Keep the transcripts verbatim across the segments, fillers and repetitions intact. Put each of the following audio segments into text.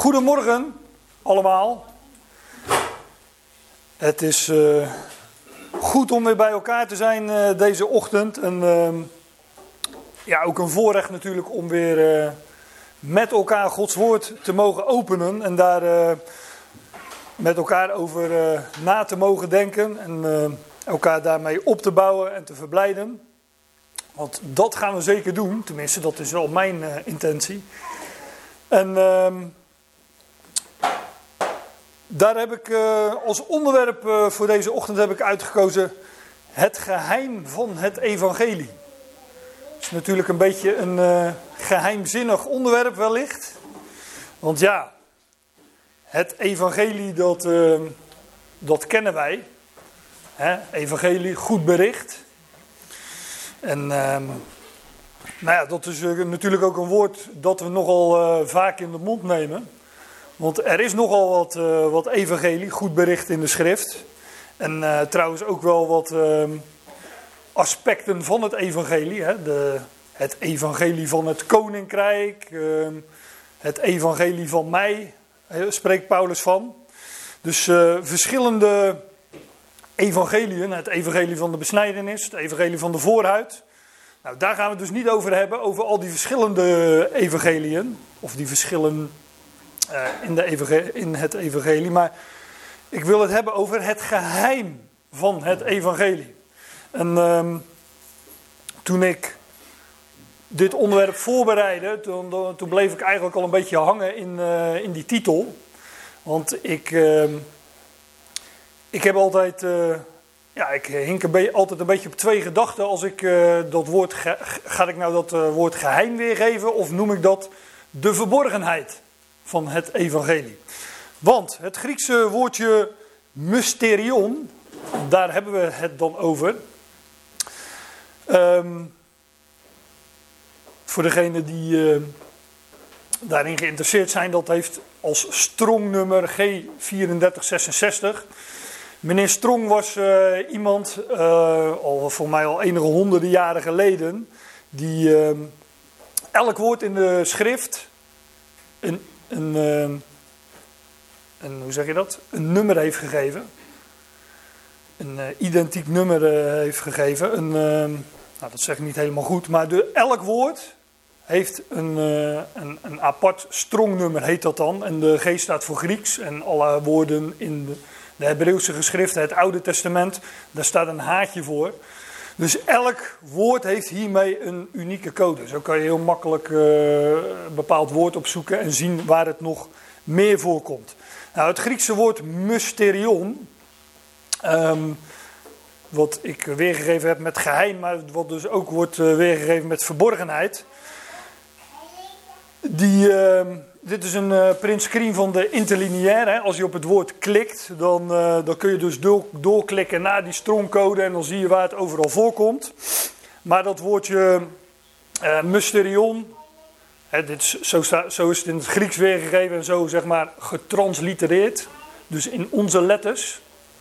Goedemorgen allemaal. Het is uh, goed om weer bij elkaar te zijn uh, deze ochtend. En uh, ja, ook een voorrecht natuurlijk om weer uh, met elkaar Gods woord te mogen openen. En daar uh, met elkaar over uh, na te mogen denken. En uh, elkaar daarmee op te bouwen en te verblijden. Want dat gaan we zeker doen. Tenminste, dat is wel mijn uh, intentie. En uh, daar heb ik uh, als onderwerp uh, voor deze ochtend heb ik uitgekozen het geheim van het evangelie. Dat is natuurlijk een beetje een uh, geheimzinnig onderwerp wellicht. Want ja, het evangelie dat, uh, dat kennen wij. Hè? Evangelie, goed bericht. En uh, nou ja, dat is uh, natuurlijk ook een woord dat we nogal uh, vaak in de mond nemen. Want er is nogal wat, uh, wat evangelie, goed bericht in de schrift. En uh, trouwens ook wel wat uh, aspecten van het evangelie. Hè? De, het evangelie van het koninkrijk, uh, het evangelie van mij, uh, spreekt Paulus van. Dus uh, verschillende evangeliën, het evangelie van de besnijdenis, het evangelie van de voorhuid. Nou, daar gaan we het dus niet over hebben, over al die verschillende evangeliën, of die verschillen uh, in, de evangel- in het evangelie. Maar ik wil het hebben over het geheim van het evangelie. En uh, toen ik dit onderwerp voorbereidde, toen, toen bleef ik eigenlijk al een beetje hangen in, uh, in die titel. Want ik, uh, ik heb altijd... Uh, Ja, ik hink een be- altijd een beetje op twee gedachten als ik uh, dat woord, ge- ga ik nou dat uh, woord geheim weergeven of noem ik dat de verborgenheid van het evangelie. Want het Griekse woordje mysterion, daar hebben we het dan over. Um, voor degenen die uh, daarin geïnteresseerd zijn, dat heeft als strongnummer G vierendertig zesenzestig. Meneer Strong was uh, iemand, uh, al voor mij al enige honderden jaren geleden, die uh, elk woord in de schrift een, een, uh, een, hoe zeg je dat? Een nummer heeft gegeven. Een uh, identiek nummer uh, heeft gegeven. Een, uh, nou, dat zeg ik niet helemaal goed, maar de, elk woord heeft een, uh, een, een apart strongnummer, heet dat dan. En de G staat voor Grieks en alle woorden in de... De Hebreeuwse geschriften, het Oude Testament, daar staat een haakje voor. Dus elk woord heeft hiermee een unieke code. Zo kan je heel makkelijk uh, een bepaald woord opzoeken en zien waar het nog meer voorkomt. Nou, het Griekse woord mysterion, um, wat ik weergegeven heb met geheim, maar wat dus ook wordt uh, weergegeven met verborgenheid. Die... Uh, Dit is een uh, printscreen van de interlineair. Hè. Als je op het woord klikt, dan, uh, dan kun je dus door, doorklikken naar die strongcode en dan zie je waar het overal voorkomt. Maar dat woordje uh, mysterion, hè, dit is, zo, sta, zo is het in het Grieks weergegeven en zo zeg maar getranslitereerd. Dus in onze letters.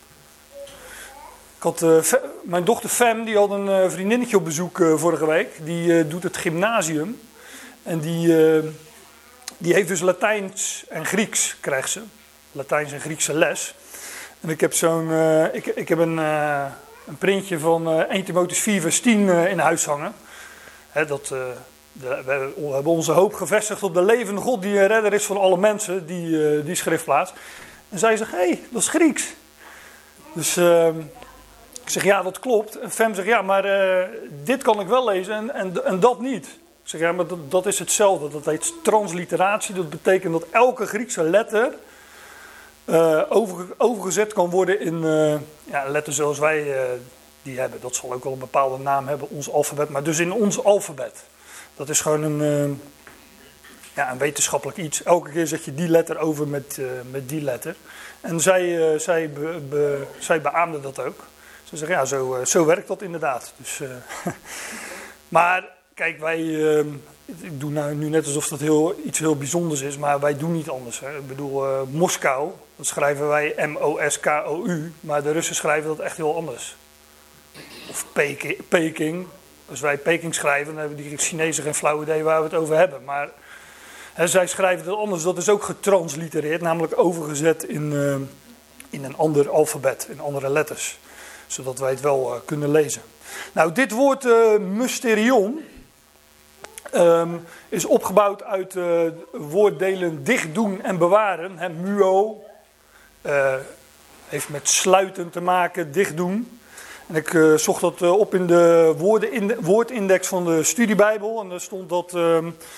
Ik had, uh, Fe, mijn dochter Fem, die had een uh, vriendinnetje op bezoek uh, vorige week. Die uh, doet het gymnasium en die... Uh, Die heeft dus Latijns en Grieks, krijgt ze. Latijns en Griekse les. En ik heb zo'n, uh, ik, ik heb een, uh, een printje van uh, Eerste Timotheüs vier vers tien uh, in huis hangen. Hè, dat, uh, de, we hebben onze hoop gevestigd op de levende God die een redder is van alle mensen, die, uh, die schriftplaats. En zij zegt, hé, hey, dat is Grieks. Dus uh, ik zeg, ja, dat klopt. En Fem zegt, ja, maar uh, dit kan ik wel lezen en, en, en dat niet. Ik zeg, ja, maar dat, dat is hetzelfde. Dat heet transliteratie. Dat betekent dat elke Griekse letter uh, over, overgezet kan worden in uh, ja, een letter zoals wij uh, die hebben. Dat zal ook wel een bepaalde naam hebben, ons alfabet. Maar dus in ons alfabet. Dat is gewoon een, uh, ja, een wetenschappelijk iets. Elke keer zet je die letter over met, uh, met die letter. En zij, uh, zij, be, be, zij beaamde dat ook. Ze zeggen, ja, zo, uh, zo werkt dat inderdaad. Dus, uh, maar... Kijk, wij, uh, ik doe nou nu net alsof dat heel, iets heel bijzonders is, maar wij doen niet anders. Hè. Ik bedoel, uh, Moskou, dat schrijven wij M O S K O U, maar de Russen schrijven dat echt heel anders. Of Peking, Peking. Als wij Peking schrijven, dan hebben die Chinezen geen flauw idee waar we het over hebben. Maar He, zij schrijven het anders, dat is ook getranslitereerd, namelijk overgezet in, uh, in een ander alfabet, in andere letters. Zodat wij het wel uh, kunnen lezen. Nou, dit woord uh, mysterion um, is opgebouwd uit uh, woorddelen dicht doen en bewaren. He, muo uh, heeft met sluiten te maken, dicht doen. En ik uh, zocht dat uh, op in de, woorden in de woordindex van de studiebijbel. En daar stond dat uh,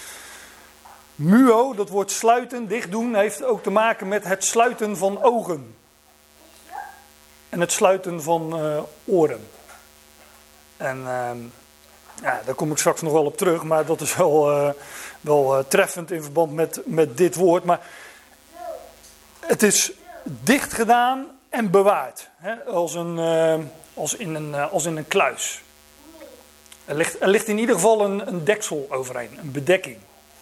muo, dat woord sluiten, dicht doen, heeft ook te maken met het sluiten van ogen. En het sluiten van uh, oren. En uh, ja, daar kom ik straks nog wel op terug, maar dat is wel, uh, wel uh, treffend in verband met, met dit woord. Maar het is dicht gedaan en bewaard, hè, als, een, uh, als, in een, uh, als in een kluis. Er ligt, er ligt in ieder geval een, een deksel overheen, een bedekking.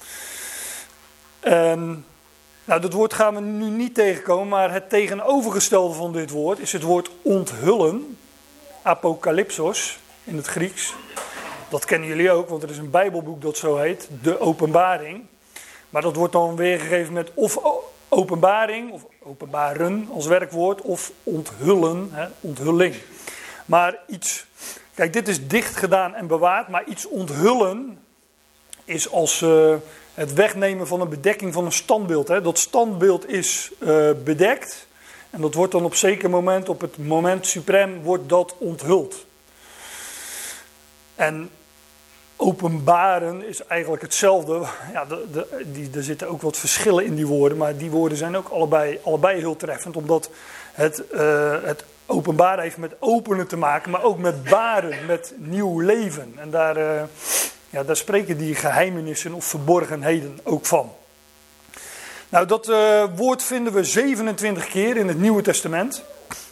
Um, nou, dat woord gaan we nu niet tegenkomen, maar het tegenovergestelde van dit woord is het woord onthullen, apokalypsos in het Grieks. Dat kennen jullie ook, want er is een Bijbelboek dat zo heet, de Openbaring. Maar dat wordt dan weergegeven met of openbaring, of openbaren als werkwoord, of onthullen, hè, onthulling. Maar iets, kijk, dit is dicht gedaan en bewaard, maar iets onthullen is als uh, het wegnemen van een bedekking van een standbeeld. Hè. Dat standbeeld is uh, bedekt en dat wordt dan op zeker moment, op het moment suprem, wordt dat onthuld. En openbaren is eigenlijk hetzelfde. Ja, de, de, die, er zitten ook wat verschillen in die woorden, maar die woorden zijn ook allebei, allebei heel treffend, omdat het, uh, het openbaren heeft met openen te maken, maar ook met baren, met nieuw leven. En daar, uh, ja, daar spreken die geheimenissen of verborgenheden ook van. Nou, dat uh, woord vinden we zevenentwintig keer in het Nieuwe Testament.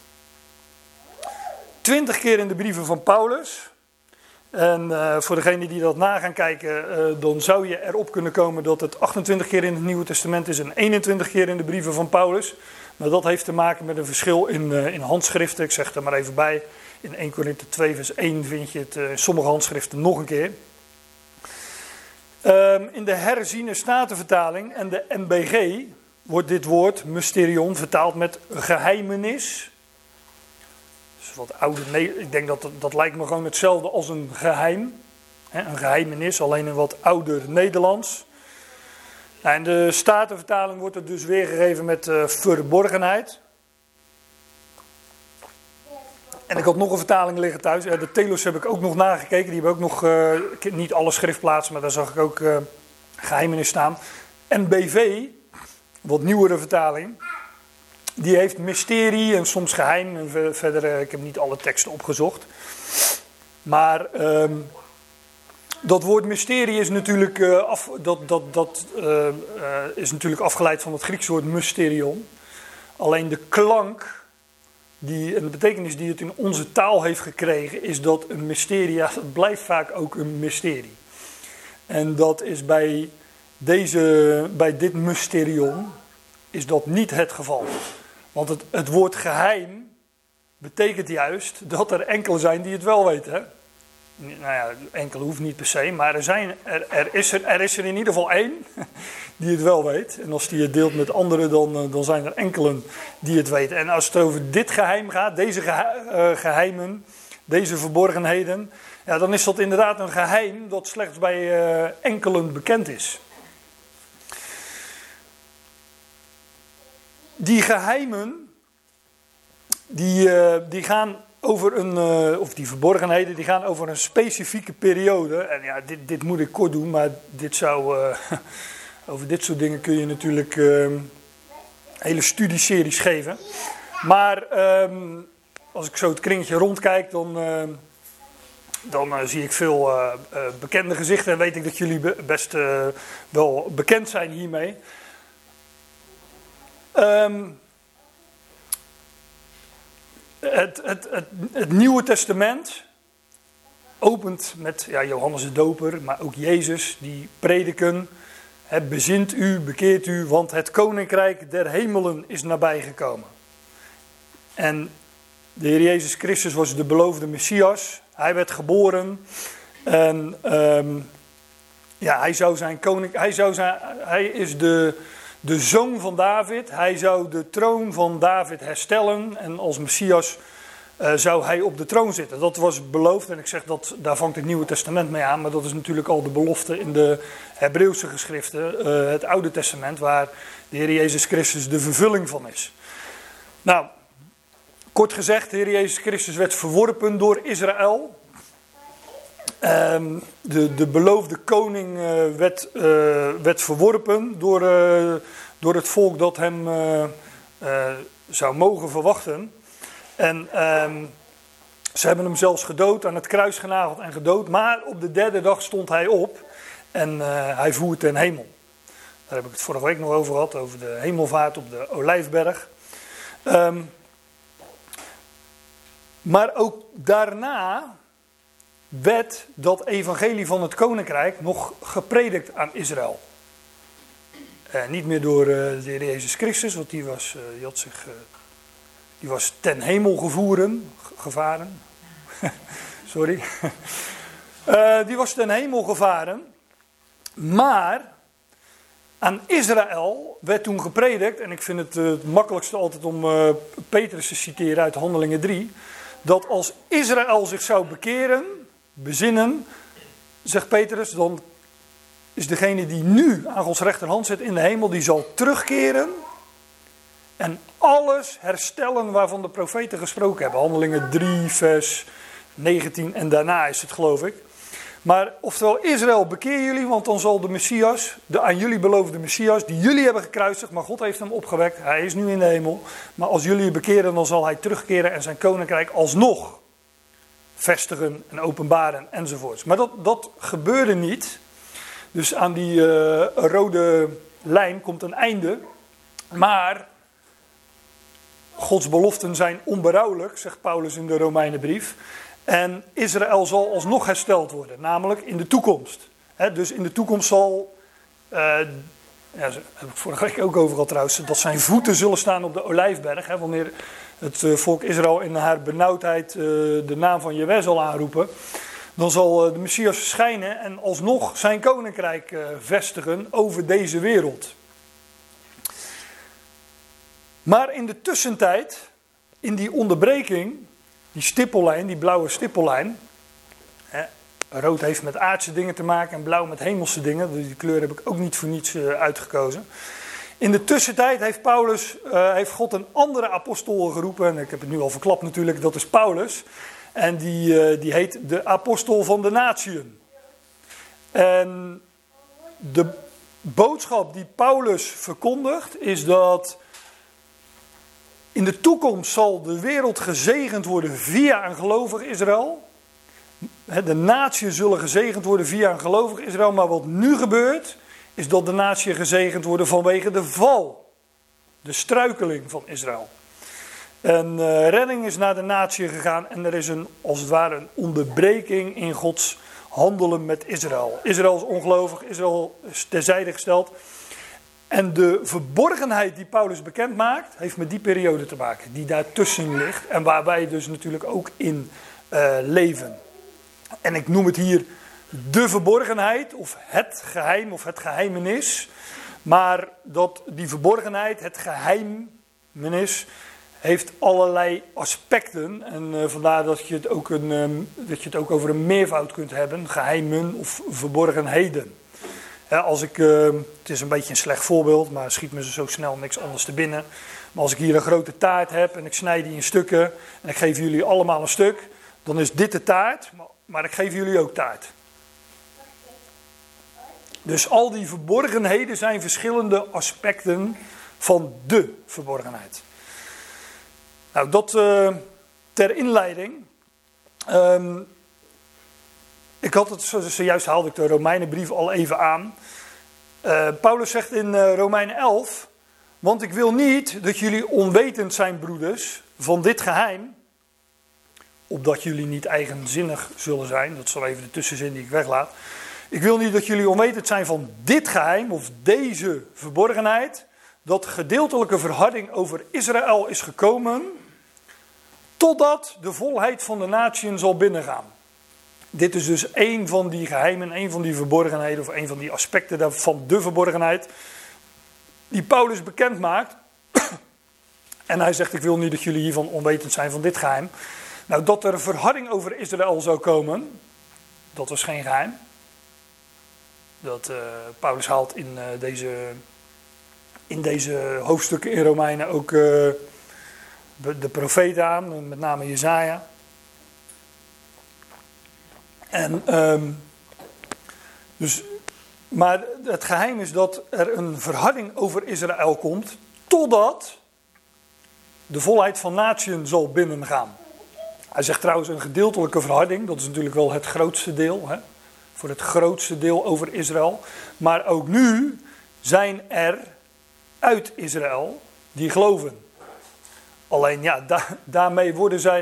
twintig keer in de brieven van Paulus. En uh, voor degenen die dat na gaan kijken, uh, dan zou je erop kunnen komen dat het achtentwintig keer in het Nieuwe Testament is en eenentwintig keer in de brieven van Paulus. Maar dat heeft te maken met een verschil in, uh, in handschriften. Ik zeg er maar even bij, in eerste Korinthe twee vers één vind je het uh, in sommige handschriften nog een keer. Um, in de herziene statenvertaling en de M B G wordt dit woord mysterion vertaald met geheimenis. Wat ouder, nee, ik denk dat, dat dat lijkt me gewoon hetzelfde als een geheim. Hè, een geheimenis, alleen in wat ouder Nederlands. Nou, in de Statenvertaling wordt het dus weergegeven met uh, verborgenheid. En ik had nog een vertaling liggen thuis. Uh, de Telos heb ik ook nog nagekeken. Die hebben ook nog, uh, niet alle schriftplaatsen, maar daar zag ik ook uh, geheimenis staan. M B V, wat nieuwere vertaling. Die heeft mysterie en soms geheim. En verder, ik heb niet alle teksten opgezocht. Maar um, dat woord mysterie is natuurlijk, uh, af, dat, dat, dat, uh, uh, is natuurlijk afgeleid van het Griekse woord mysterion. Alleen de klank die, en de betekenis die het in onze taal heeft gekregen, is dat een mysterie, ja, dat blijft vaak ook een mysterie. En dat is bij, deze, bij dit mysterion is dat niet het geval. Want het, het woord geheim betekent juist dat er enkele zijn die het wel weten. Hè? Nou ja, enkele hoeft niet per se, maar er, zijn, er, er, is er, er is er in ieder geval één die het wel weet. En als die het deelt met anderen, dan, dan zijn er enkelen die het weten. En als het over dit geheim gaat, deze geheimen, deze verborgenheden, ja, dan is dat inderdaad een geheim dat slechts bij uh, enkelen bekend is. Die geheimen, die, uh, die gaan over een, uh, of die verborgenheden, die gaan over een specifieke periode. En ja, dit, dit moet ik kort doen, maar dit zou, uh, over dit soort dingen kun je natuurlijk uh, hele studieseries geven. Maar um, als ik zo het kringetje rondkijk, dan, uh, dan uh, zie ik veel uh, uh, bekende gezichten. En weet ik dat jullie be- best uh, wel bekend zijn hiermee. Um, het, het, het, het Nieuwe Testament opent met ja, Johannes de Doper, maar ook Jezus, die prediken. He, bezint u, bekeert u, want het koninkrijk der hemelen is nabijgekomen. En de Heer Jezus Christus was de beloofde Messias. Hij werd geboren en um, ja, hij zou zijn koning, hij, zou zijn, hij is de, de zoon van David. Hij zou de troon van David herstellen en als Messias uh, zou hij op de troon zitten. Dat was beloofd en ik zeg dat daar vangt het Nieuwe Testament mee aan, maar dat is natuurlijk al de belofte in de Hebreeuwse geschriften, uh, het Oude Testament, waar de Heer Jezus Christus de vervulling van is. Nou, kort gezegd, de Heer Jezus Christus werd verworpen door Israël. Um, de, de beloofde koning uh, werd, uh, werd verworpen door, uh, door het volk dat hem uh, uh, zou mogen verwachten. En um, ze hebben hem zelfs gedood, aan het kruis genageld en gedood. Maar op de derde dag stond hij op en uh, hij voer ten hemel. Daar heb ik het vorige week nog over gehad, over de hemelvaart op de Olijfberg. Um, maar ook daarna werd dat evangelie van het koninkrijk nog gepredikt aan Israël. Uh, niet meer door uh, de Heer Jezus Christus, want die was, uh, die had zich, uh, die was ten hemel gevoeren, gevaren. Sorry. uh, die was ten hemel gevaren. Maar aan Israël werd toen gepredikt, en ik vind het uh, het makkelijkste altijd om uh, Petrus te citeren uit Handelingen drie, dat als Israël zich zou bekeren, bezinnen, zegt Petrus, dan is degene die nu aan Gods rechterhand zit in de hemel, die zal terugkeren en alles herstellen waarvan de profeten gesproken hebben. Handelingen drie, vers negentien en daarna is het, geloof ik. Maar oftewel, Israël, bekeer jullie, want dan zal de Messias, de aan jullie beloofde Messias, die jullie hebben gekruisigd, maar God heeft hem opgewekt, hij is nu in de hemel. Maar als jullie je bekeren, dan zal hij terugkeren en zijn koninkrijk alsnog vestigen en openbaren enzovoorts. Maar dat, dat gebeurde niet. Dus aan die uh, rode lijn komt een einde. Maar Gods beloften zijn onberouwelijk, zegt Paulus in de Romeinenbrief. En Israël zal alsnog hersteld worden, namelijk in de toekomst. He, dus in de toekomst zal, uh, ja, daar heb ik vorige week ook over gehad trouwens, dat zijn voeten zullen staan op de Olijfberg. He, wanneer het uh, volk Israël in haar benauwdheid uh, de naam van Jahweh zal aanroepen, dan zal uh, de Messias verschijnen en alsnog zijn koninkrijk uh, vestigen over deze wereld. Maar in de tussentijd, in die onderbreking, die stippellijn, die blauwe stippellijn. Hè, rood heeft met aardse dingen te maken en blauw met hemelse dingen. Dus die kleur heb ik ook niet voor niets uh, uitgekozen. In de tussentijd heeft Paulus, uh, heeft God een andere apostel geroepen. En ik heb het nu al verklapt natuurlijk, dat is Paulus. En die, uh, die heet de apostel van de natieën. En de boodschap die Paulus verkondigt is dat in de toekomst zal de wereld gezegend worden via een gelovig Israël. De natieën zullen gezegend worden via een gelovig Israël. Maar wat nu gebeurt, is dat de natieën gezegend worden vanwege de val. De struikeling van Israël. En uh, redding is naar de natieën gegaan. En er is een, als het ware een onderbreking in Gods handelen met Israël. Israël is ongelovig, Israël is terzijde gesteld. En de verborgenheid die Paulus bekend maakt, heeft met die periode te maken, die daartussen ligt en waar wij dus natuurlijk ook in uh, leven. En ik noem het hier de verborgenheid, of het geheim, of het geheimenis. Maar dat die verborgenheid, het geheimenis, heeft allerlei aspecten. En uh, vandaar dat je, het ook een, um, dat je het ook over een meervoud kunt hebben, geheimen of verborgenheden. Ja, als ik, uh, het is een beetje een slecht voorbeeld, maar schiet me zo snel niks anders te binnen. Maar als ik hier een grote taart heb en ik snij die in stukken en ik geef jullie allemaal een stuk, dan is dit de taart, maar ik geef jullie ook taart. Dus al die verborgenheden zijn verschillende aspecten van de verborgenheid. Nou, dat uh, ter inleiding. Um, Ik had het, zojuist haalde ik de Romeinenbrief al even aan. Uh, Paulus zegt in uh, Romeinen elf, want ik wil niet dat jullie onwetend zijn, broeders, van dit geheim, opdat jullie niet eigenzinnig zullen zijn. Dat is wel even de tussenzin die ik weglaat. Ik wil niet dat jullie onwetend zijn van dit geheim, of deze verborgenheid, dat gedeeltelijke verharding over Israël is gekomen, totdat de volheid van de natieën zal binnengaan. Dit is dus één van die geheimen, één van die verborgenheden, of één van die aspecten van de verborgenheid, die Paulus bekend maakt. En hij zegt, ik wil niet dat jullie hiervan onwetend zijn van dit geheim. Nou, dat er verharding over Israël zou komen, dat was geen geheim. Dat uh, Paulus haalt in, uh, deze, in deze hoofdstukken in Romeinen ook uh, de, de profeten aan, met name Jesaja. En, um, dus, maar het geheim is dat er een verharding over Israël komt, totdat de volheid van natieën zal binnengaan. Hij zegt trouwens een gedeeltelijke verharding, dat is natuurlijk wel het grootste deel, hè? Voor het grootste deel over Israël. Maar ook nu zijn er uit Israël die geloven. Alleen ja, da- daarmee worden zij...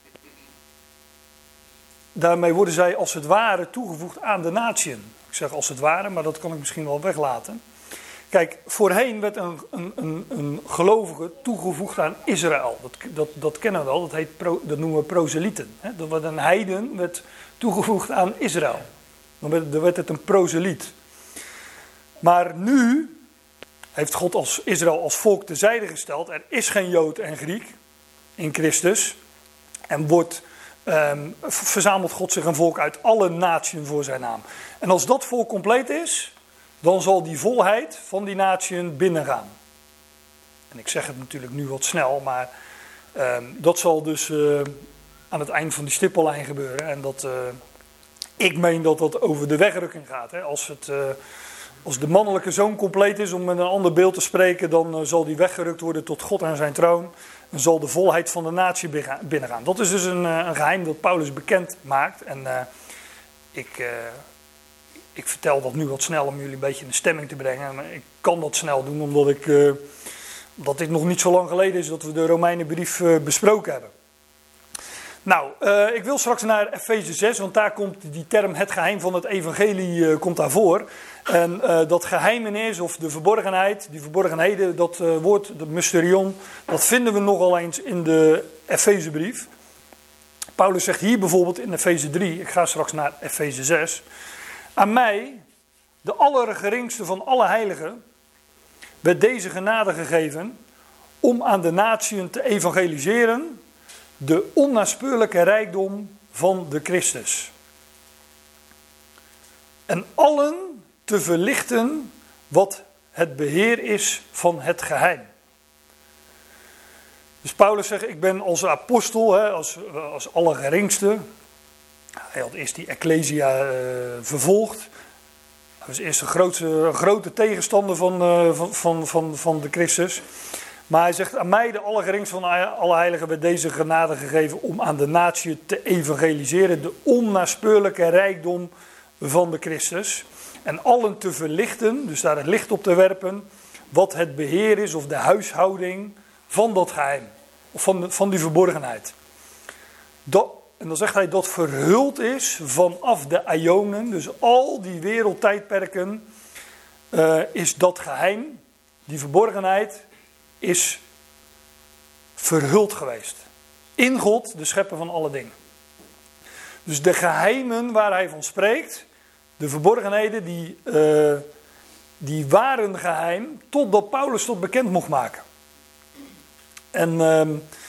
Daarmee worden zij als het ware toegevoegd aan de natieën. Ik zeg als het ware, maar dat kan ik misschien wel weglaten. Kijk, voorheen werd een, een, een, een gelovige toegevoegd aan Israël. Dat, dat, dat kennen we wel, dat, heet pro, dat noemen we proselieten. Hè? Dat werd een heiden werd toegevoegd aan Israël. Dan werd, dan werd het een proseliet. Maar nu heeft God als Israël als volk terzijde gesteld. Er is geen Jood en Griek in Christus. En wordt... Um, verzamelt God zich een volk uit alle natieën voor zijn naam. En als dat volk compleet is, dan zal die volheid van die natieën binnengaan. En ik zeg het natuurlijk nu wat snel, maar um, dat zal dus uh, aan het eind van die stippellijn gebeuren. En dat, uh, ik meen dat dat over de wegrukking gaat. Hè. Als, het, uh, als de mannelijke zoon compleet is, om met een ander beeld te spreken, dan uh, zal die weggerukt worden tot God en zijn troon. En zal de volheid van de natie binnengaan. Dat is dus een, een geheim dat Paulus bekend maakt. En uh, ik, uh, ik vertel dat nu wat snel om jullie een beetje in de stemming te brengen. Maar ik kan dat snel doen omdat, ik, uh, omdat dit nog niet zo lang geleden is dat we de Romeinenbrief uh, besproken hebben. Nou, uh, ik wil straks naar Efeze zes, want daar komt die term het geheim van het evangelie uh, komt daar voor. En uh, dat geheimenis of de verborgenheid, die verborgenheden, dat uh, woord, dat mysterion, dat vinden we nogal eens in de Efezebrief. Paulus zegt hier bijvoorbeeld in Efeze drie, ik ga straks naar Efeze zes. Aan mij, de allergeringste van alle heiligen, werd deze genade gegeven om aan de natieën te evangeliseren de onnaspeurlijke rijkdom van de Christus. En allen te verlichten wat het beheer is van het geheim. Dus Paulus zegt, ik ben als apostel, hè, als, als allergeringste. Hij had eerst die Ecclesia uh, vervolgd. Hij was eerst een grote, grote tegenstander van, uh, van, van, van, van de Christus. Maar hij zegt, aan mij de allergeringste van alle heiligen werd deze genade gegeven om aan de natie te evangeliseren. De onnaspeurlijke rijkdom van de Christus. En allen te verlichten, dus daar het licht op te werpen, wat het beheer is of de huishouding van dat geheim. Of van, de, van die verborgenheid. Dat, en dan zegt hij dat verhuld is vanaf de aionen, dus al die wereldtijdperken, uh, is dat geheim, die verborgenheid, is verhuld geweest. In God, de schepper van alle dingen. Dus de geheimen waar hij van spreekt, de verborgenheden, die, uh, die waren geheim totdat Paulus tot bekend mocht maken. En uh,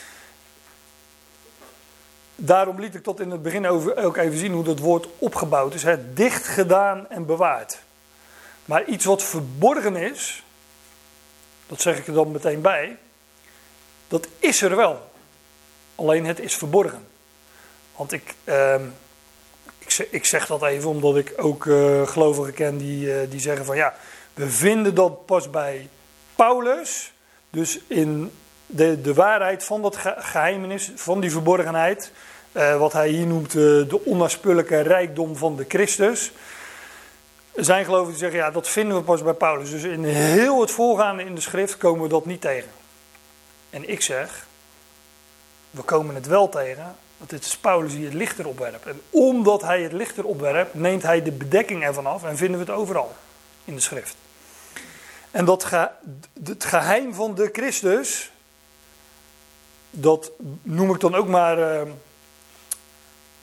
daarom liet ik tot in het begin ook even zien hoe dat woord opgebouwd is. Hè? Dicht gedaan en bewaard. Maar iets wat verborgen is, dat zeg ik er dan meteen bij, dat is er wel. Alleen het is verborgen. Want ik, uh, ik, zeg, ik zeg dat even omdat ik ook uh, gelovigen ken die, uh, die zeggen van ja, we vinden dat pas bij Paulus, dus in de, de waarheid van dat ge- geheimenis, van die verborgenheid, uh, wat hij hier noemt uh, de onnaspeurlijke rijkdom van de Christus. Er zijn gelovigen die zeggen, ja, dat vinden we pas bij Paulus. Dus in heel het voorgaande in de schrift komen we dat niet tegen. En ik zeg, we komen het wel tegen, want het is Paulus die het licht erop werpt. En omdat hij het licht erop werpt, neemt hij de bedekking ervan af en vinden we het overal in de schrift. En dat ge, het geheim van de Christus, dat noem ik dan ook maar uh,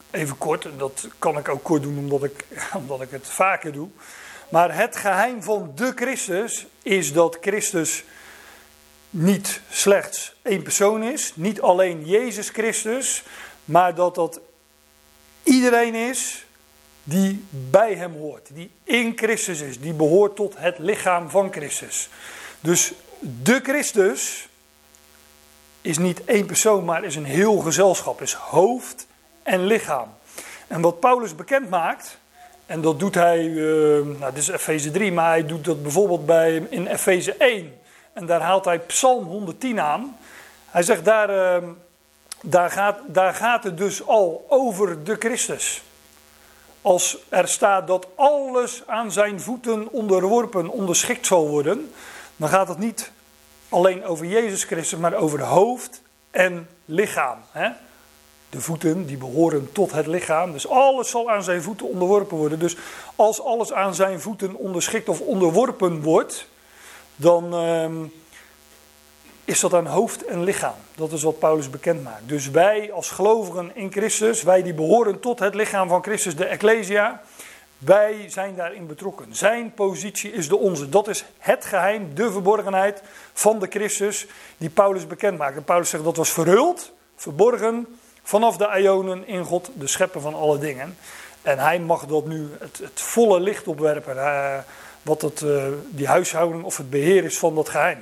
even kort, en dat kan ik ook kort doen omdat ik, omdat ik het vaker doe. Maar het geheim van de Christus is dat Christus niet slechts één persoon is, niet alleen Jezus Christus, maar dat dat iedereen is die bij hem hoort, die in Christus is, die behoort tot het lichaam van Christus. Dus de Christus is niet één persoon, maar is een heel gezelschap, is hoofd en lichaam. En wat Paulus bekend maakt, en dat doet hij, uh, nou dit is Efeze drie, maar hij doet dat bijvoorbeeld bij, in Efeze één. En daar haalt hij Psalm honderdtien aan. Hij zegt daar, uh, daar, gaat, daar gaat het dus al over de Christus. Als er staat dat alles aan zijn voeten onderworpen, onderschikt zal worden, dan gaat het niet alleen over Jezus Christus, maar over hoofd en lichaam. Hè? De voeten die behoren tot het lichaam, dus alles zal aan zijn voeten onderworpen worden. Dus als alles aan zijn voeten onderschikt of onderworpen wordt, dan uh, is dat aan hoofd en lichaam. Dat is wat Paulus bekend maakt. Dus wij als gelovigen in Christus, wij die behoren tot het lichaam van Christus, de Ecclesia, wij zijn daarin betrokken. Zijn positie is de onze. Dat is het geheim, de verborgenheid van de Christus die Paulus bekend maakt. En Paulus zegt dat was verhuld, verborgen, vanaf de eonen in God, de schepper van alle dingen. En hij mag dat nu het, het volle licht opwerpen. Uh, wat het, uh, die huishouding of het beheer is van dat geheim.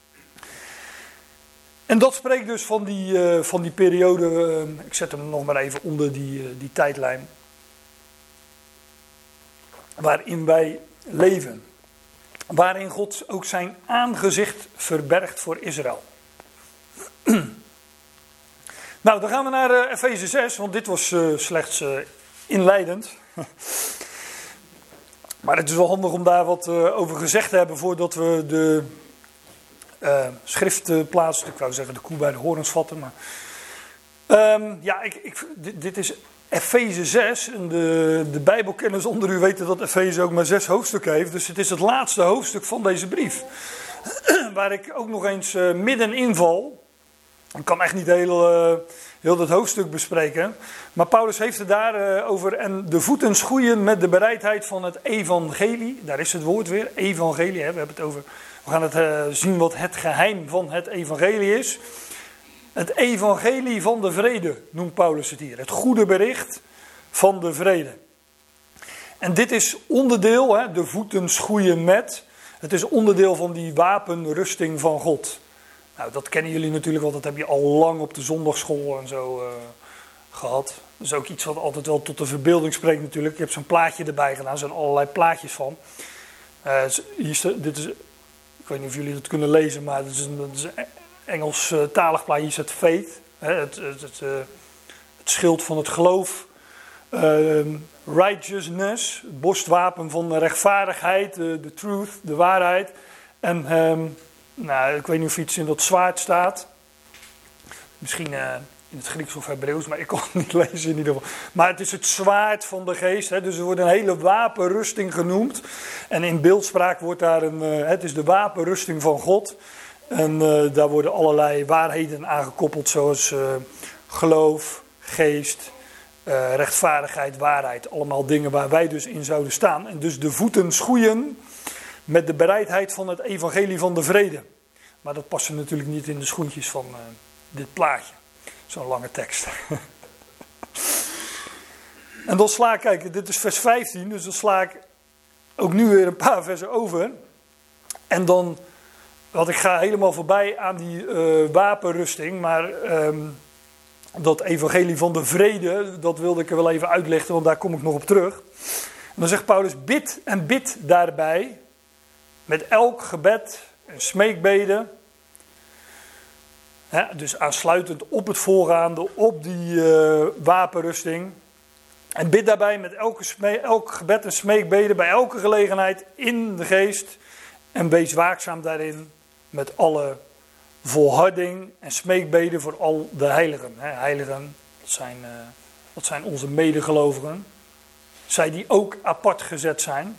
En dat spreekt dus van die, uh, van die periode, uh, ik zet hem nog maar even onder die, uh, die tijdlijn, waarin wij leven. Waarin God ook zijn aangezicht verbergt voor Israël. Nou, dan gaan we naar uh, Efeze zes, want dit was uh, slechts uh, inleidend. Maar het is wel handig om daar wat uh, over gezegd te hebben voordat we de uh, schrift uh, plaatsen. Ik wou zeggen de koe bij de horens vatten. Maar um, ja, ik, ik, dit, dit is Efeze zes. En de, de Bijbelkenners onder u weten dat Efeze ook maar zes hoofdstukken heeft. Dus het is het laatste hoofdstuk van deze brief. Waar ik ook nog eens uh, middenin val. Ik kan echt niet heel, uh, heel dat hoofdstuk bespreken. Maar Paulus heeft het daar uh, over. En de voeten schoeien met de bereidheid van het evangelie. Daar is het woord weer, evangelie. Hè? We, hebben het over, we gaan het uh, zien wat het geheim van het evangelie is. Het evangelie van de vrede noemt Paulus het hier. Het goede bericht van de vrede. En dit is onderdeel, hè, de voeten schoeien met. Het is onderdeel van die wapenrusting van God. Nou, dat kennen jullie natuurlijk wel, dat heb je al lang op de zondagschool en zo uh, gehad. Dat is ook iets wat altijd wel tot de verbeelding spreekt natuurlijk. Ik heb zo'n plaatje erbij gedaan, er zijn allerlei plaatjes van. Uh, hier staat, dit is, ik weet niet of jullie dat kunnen lezen, maar het is een, het is een Engelstalig uh, plaatje. Hier staat faith, hè, het, het, het, uh, het schild van het geloof. Uh, righteousness, het borstwapen van de rechtvaardigheid, de, de truth, de waarheid. En... Um, Nou, ik weet niet of iets in dat zwaard staat. Misschien uh, in het Grieks of Hebreeuws, maar ik kon het niet lezen in ieder geval. Maar het is het zwaard van de geest. Hè, dus er wordt een hele wapenrusting genoemd. En in beeldspraak wordt daar een... Uh, het is de wapenrusting van God. En uh, daar worden allerlei waarheden aangekoppeld, zoals uh, geloof, geest, uh, rechtvaardigheid, waarheid. Allemaal dingen waar wij dus in zouden staan. En dus de voeten schoeien met de bereidheid van het evangelie van de vrede. Maar dat past natuurlijk niet in de schoentjes van uh, dit plaatje. Zo'n lange tekst. En dan sla ik, kijk, dit is vers vijftien, dus dan sla ik ook nu weer een paar versen over. En dan, want ik ga helemaal voorbij aan die uh, wapenrusting, maar um, dat evangelie van de vrede, dat wilde ik er wel even uitleggen, want daar kom ik nog op terug. En dan zegt Paulus, bid en bid daarbij, met elk gebed en smeekbeden. Ja, dus aansluitend op het voorgaande, op die uh, wapenrusting. En bid daarbij met elke sme- elk gebed en smeekbeden bij elke gelegenheid in de geest. En wees waakzaam daarin met alle volharding en smeekbeden voor al de heiligen. He, heiligen, dat zijn, uh, dat zijn onze medegelovigen. Zij die ook apart gezet zijn.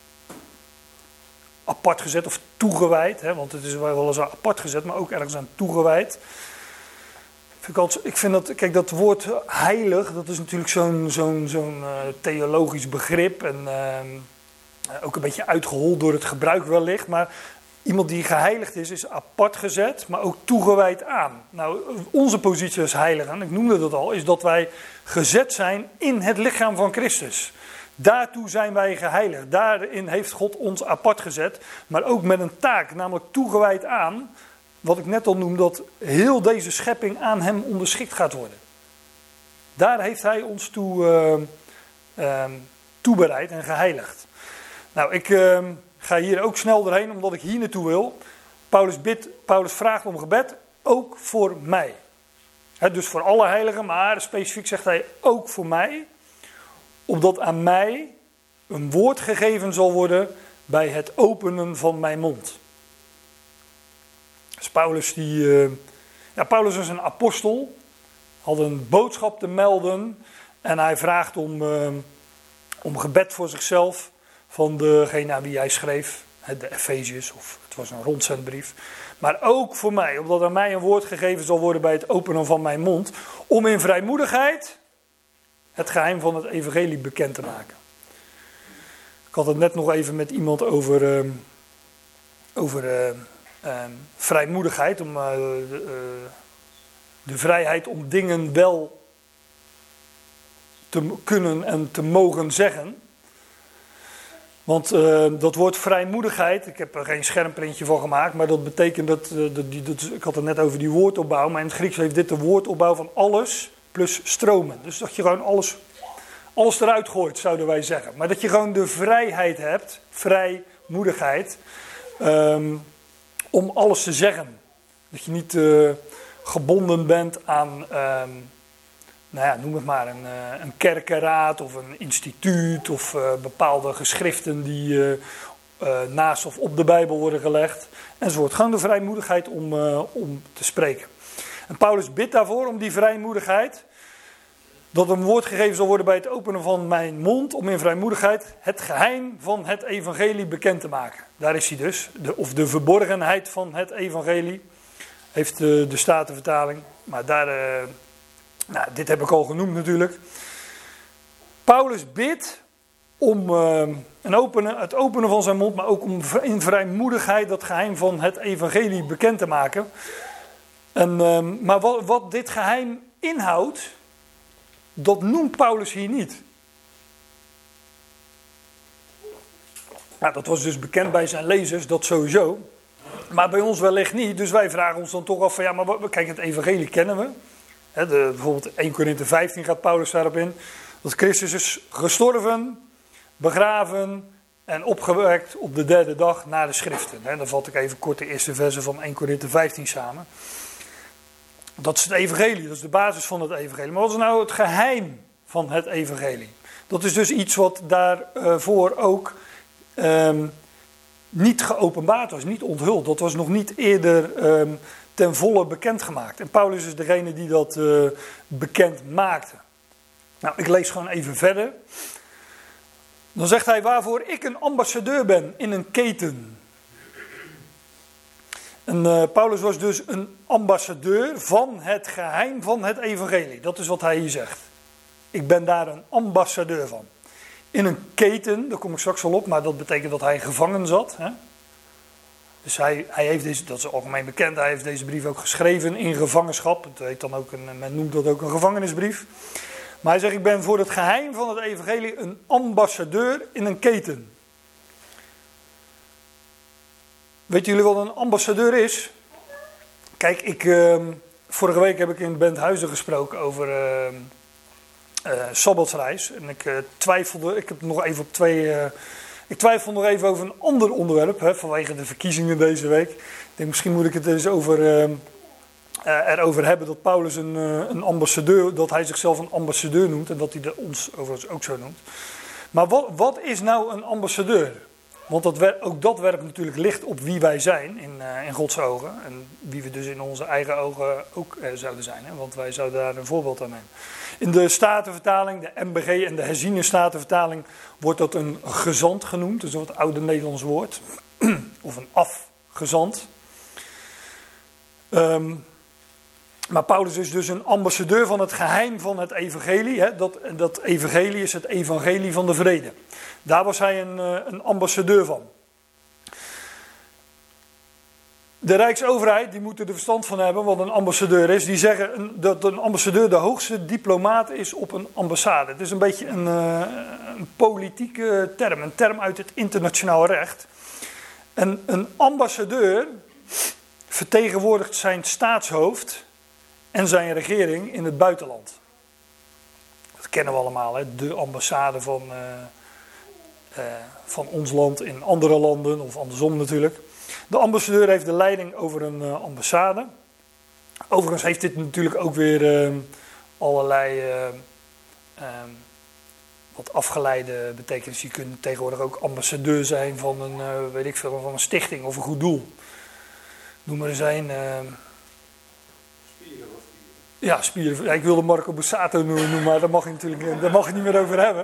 Apart gezet of toegewijd, hè, want het is wel eens apart gezet, maar ook ergens aan toegewijd. Vind ik, altijd, ik vind dat, kijk, dat woord heilig, dat is natuurlijk zo'n zo'n zo'n uh, theologisch begrip. En uh, ook een beetje uitgehold door het gebruik wellicht. Maar iemand die geheiligd is, is apart gezet, maar ook toegewijd aan. Nou, onze positie als heiligen, ik noemde dat al, is dat wij gezet zijn in het lichaam van Christus. Daartoe zijn wij geheiligd. Daarin heeft God ons apart gezet, maar ook met een taak, namelijk toegewijd aan, wat ik net al noemde, dat heel deze schepping aan hem onderschikt gaat worden. Daar heeft hij ons toe uh, uh, toebereid en geheiligd. Nou, ik uh, ga hier ook snel doorheen, omdat ik hier naartoe wil. Paulus, bidt, Paulus vraagt om gebed, ook voor mij. He, dus voor alle heiligen, maar specifiek zegt hij ook voor mij. Opdat aan mij een woord gegeven zal worden bij het openen van mijn mond. Dus Paulus, die, uh, ja, Paulus is een apostel, had een boodschap te melden en hij vraagt om, uh, om gebed voor zichzelf van degene aan wie hij schreef, de Efeziërs, of het was een rondzendbrief. Maar ook voor mij, opdat aan mij een woord gegeven zal worden bij het openen van mijn mond, om in vrijmoedigheid het geheim van het evangelie bekend te maken. Ik had het net nog even met iemand over, uh, over uh, uh, vrijmoedigheid, om uh, de, uh, de vrijheid om dingen wel te kunnen en te mogen zeggen. Want uh, dat woord vrijmoedigheid, ik heb er geen schermprintje van gemaakt, maar dat betekent dat, uh, dat, die, dat, ik had het net over die woordopbouw, maar in het Grieks heeft dit de woordopbouw van alles plus stromen. Dus dat je gewoon alles, alles eruit gooit, zouden wij zeggen. Maar dat je gewoon de vrijheid hebt, vrijmoedigheid, um, om alles te zeggen. Dat je niet uh, gebonden bent aan, um, nou ja, noem het maar, een, uh, een kerkenraad of een instituut of uh, bepaalde geschriften die uh, uh, naast of op de Bijbel worden gelegd. Enzovoort. Gewoon de vrijmoedigheid om, uh, om te spreken. En Paulus bidt daarvoor, om die vrijmoedigheid, dat een woord gegeven zal worden bij het openen van mijn mond, om in vrijmoedigheid het geheim van het evangelie bekend te maken. Daar is hij dus, de, of de verborgenheid van het evangelie, heeft de, de Statenvertaling. Maar daar, uh, nou, dit heb ik al genoemd natuurlijk. Paulus bidt om uh, een openen, het openen van zijn mond, maar ook om in vrijmoedigheid dat geheim van het evangelie bekend te maken. En, uh, maar wat, wat dit geheim inhoudt, dat noemt Paulus hier niet. Nou, dat was dus bekend bij zijn lezers, dat sowieso. Maar bij ons wellicht niet. Dus wij vragen ons dan toch af van, ja, maar wat, kijk, het evangelie kennen we. He, de, bijvoorbeeld Eerste Korinthe vijftien gaat Paulus daarop in. Dat Christus is gestorven, begraven en opgewekt op de derde dag na de schriften. He, dan vat ik even kort de eerste versen van Eerste Korinthe vijftien samen. Dat is het evangelie, dat is de basis van het evangelie. Maar wat is nou het geheim van het evangelie? Dat is dus iets wat daarvoor ook um, niet geopenbaard was, niet onthuld. Dat was nog niet eerder um, ten volle bekendgemaakt. En Paulus is degene die dat uh, bekend maakte. Nou, ik lees gewoon even verder. Dan zegt hij, waarvoor ik een ambassadeur ben in een keten. En uh, Paulus was dus een ambassadeur van het geheim van het evangelie. Dat is wat hij hier zegt. Ik ben daar een ambassadeur van. In een keten, daar kom ik straks wel op, maar dat betekent dat hij gevangen zat. Hè? Dus hij, hij heeft deze, dat is algemeen bekend, hij heeft deze brief ook geschreven in gevangenschap. Het heet dan ook een, men noemt dat ook een gevangenisbrief. Maar hij zegt, ik ben voor het geheim van het evangelie een ambassadeur in een keten. Weet jullie wat een ambassadeur is? Kijk, ik, uh, vorige week heb ik in Benthuizen gesproken over uh, uh, Sabbatsreis. En ik uh, twijfelde, ik heb nog even op twee... Uh, ik twijfel nog even over een ander onderwerp, hè, vanwege de verkiezingen deze week. Ik denk, misschien moet ik het eens over, uh, uh, erover hebben dat Paulus een, uh, een ambassadeur, dat hij zichzelf een ambassadeur noemt en dat hij de ons overigens ook zo noemt. Maar wat, wat is nou een ambassadeur? Want dat, ook dat werpt natuurlijk licht op wie wij zijn in, uh, in Gods ogen. En wie we dus in onze eigen ogen ook uh, zouden zijn. Hè? Want wij zouden daar een voorbeeld aan nemen. In de Statenvertaling, de M B G en de herziene Statenvertaling wordt dat een gezant genoemd. Dus dat is het oude Nederlands woord. Of een afgezant. Um, Maar Paulus is dus een ambassadeur van het geheim van het evangelie. Hè? Dat, dat evangelie is het evangelie van de vrede. Daar was hij een, een ambassadeur van. De Rijksoverheid, die moet er de verstand van hebben wat een ambassadeur is. Die zeggen dat een ambassadeur de hoogste diplomaat is op een ambassade. Het is een beetje een, een politieke term, een term uit het internationaal recht. En een ambassadeur vertegenwoordigt zijn staatshoofd en zijn regering in het buitenland. Dat kennen we allemaal, hè? De ambassade van, uh, uh, van ons land in andere landen, of andersom natuurlijk. De ambassadeur heeft de leiding over een uh, ambassade. Overigens heeft dit natuurlijk ook weer uh, allerlei uh, uh, wat afgeleide betekenissen. Je kunt tegenwoordig ook ambassadeur zijn van een, uh, weet ik veel, van een stichting of een goed doel. Noem maar eens een. Uh, spieren of spieren? Ja, spieren. Ja, ik wilde Marco Borsato noemen, maar daar mag je natuurlijk daar mag je niet meer over hebben.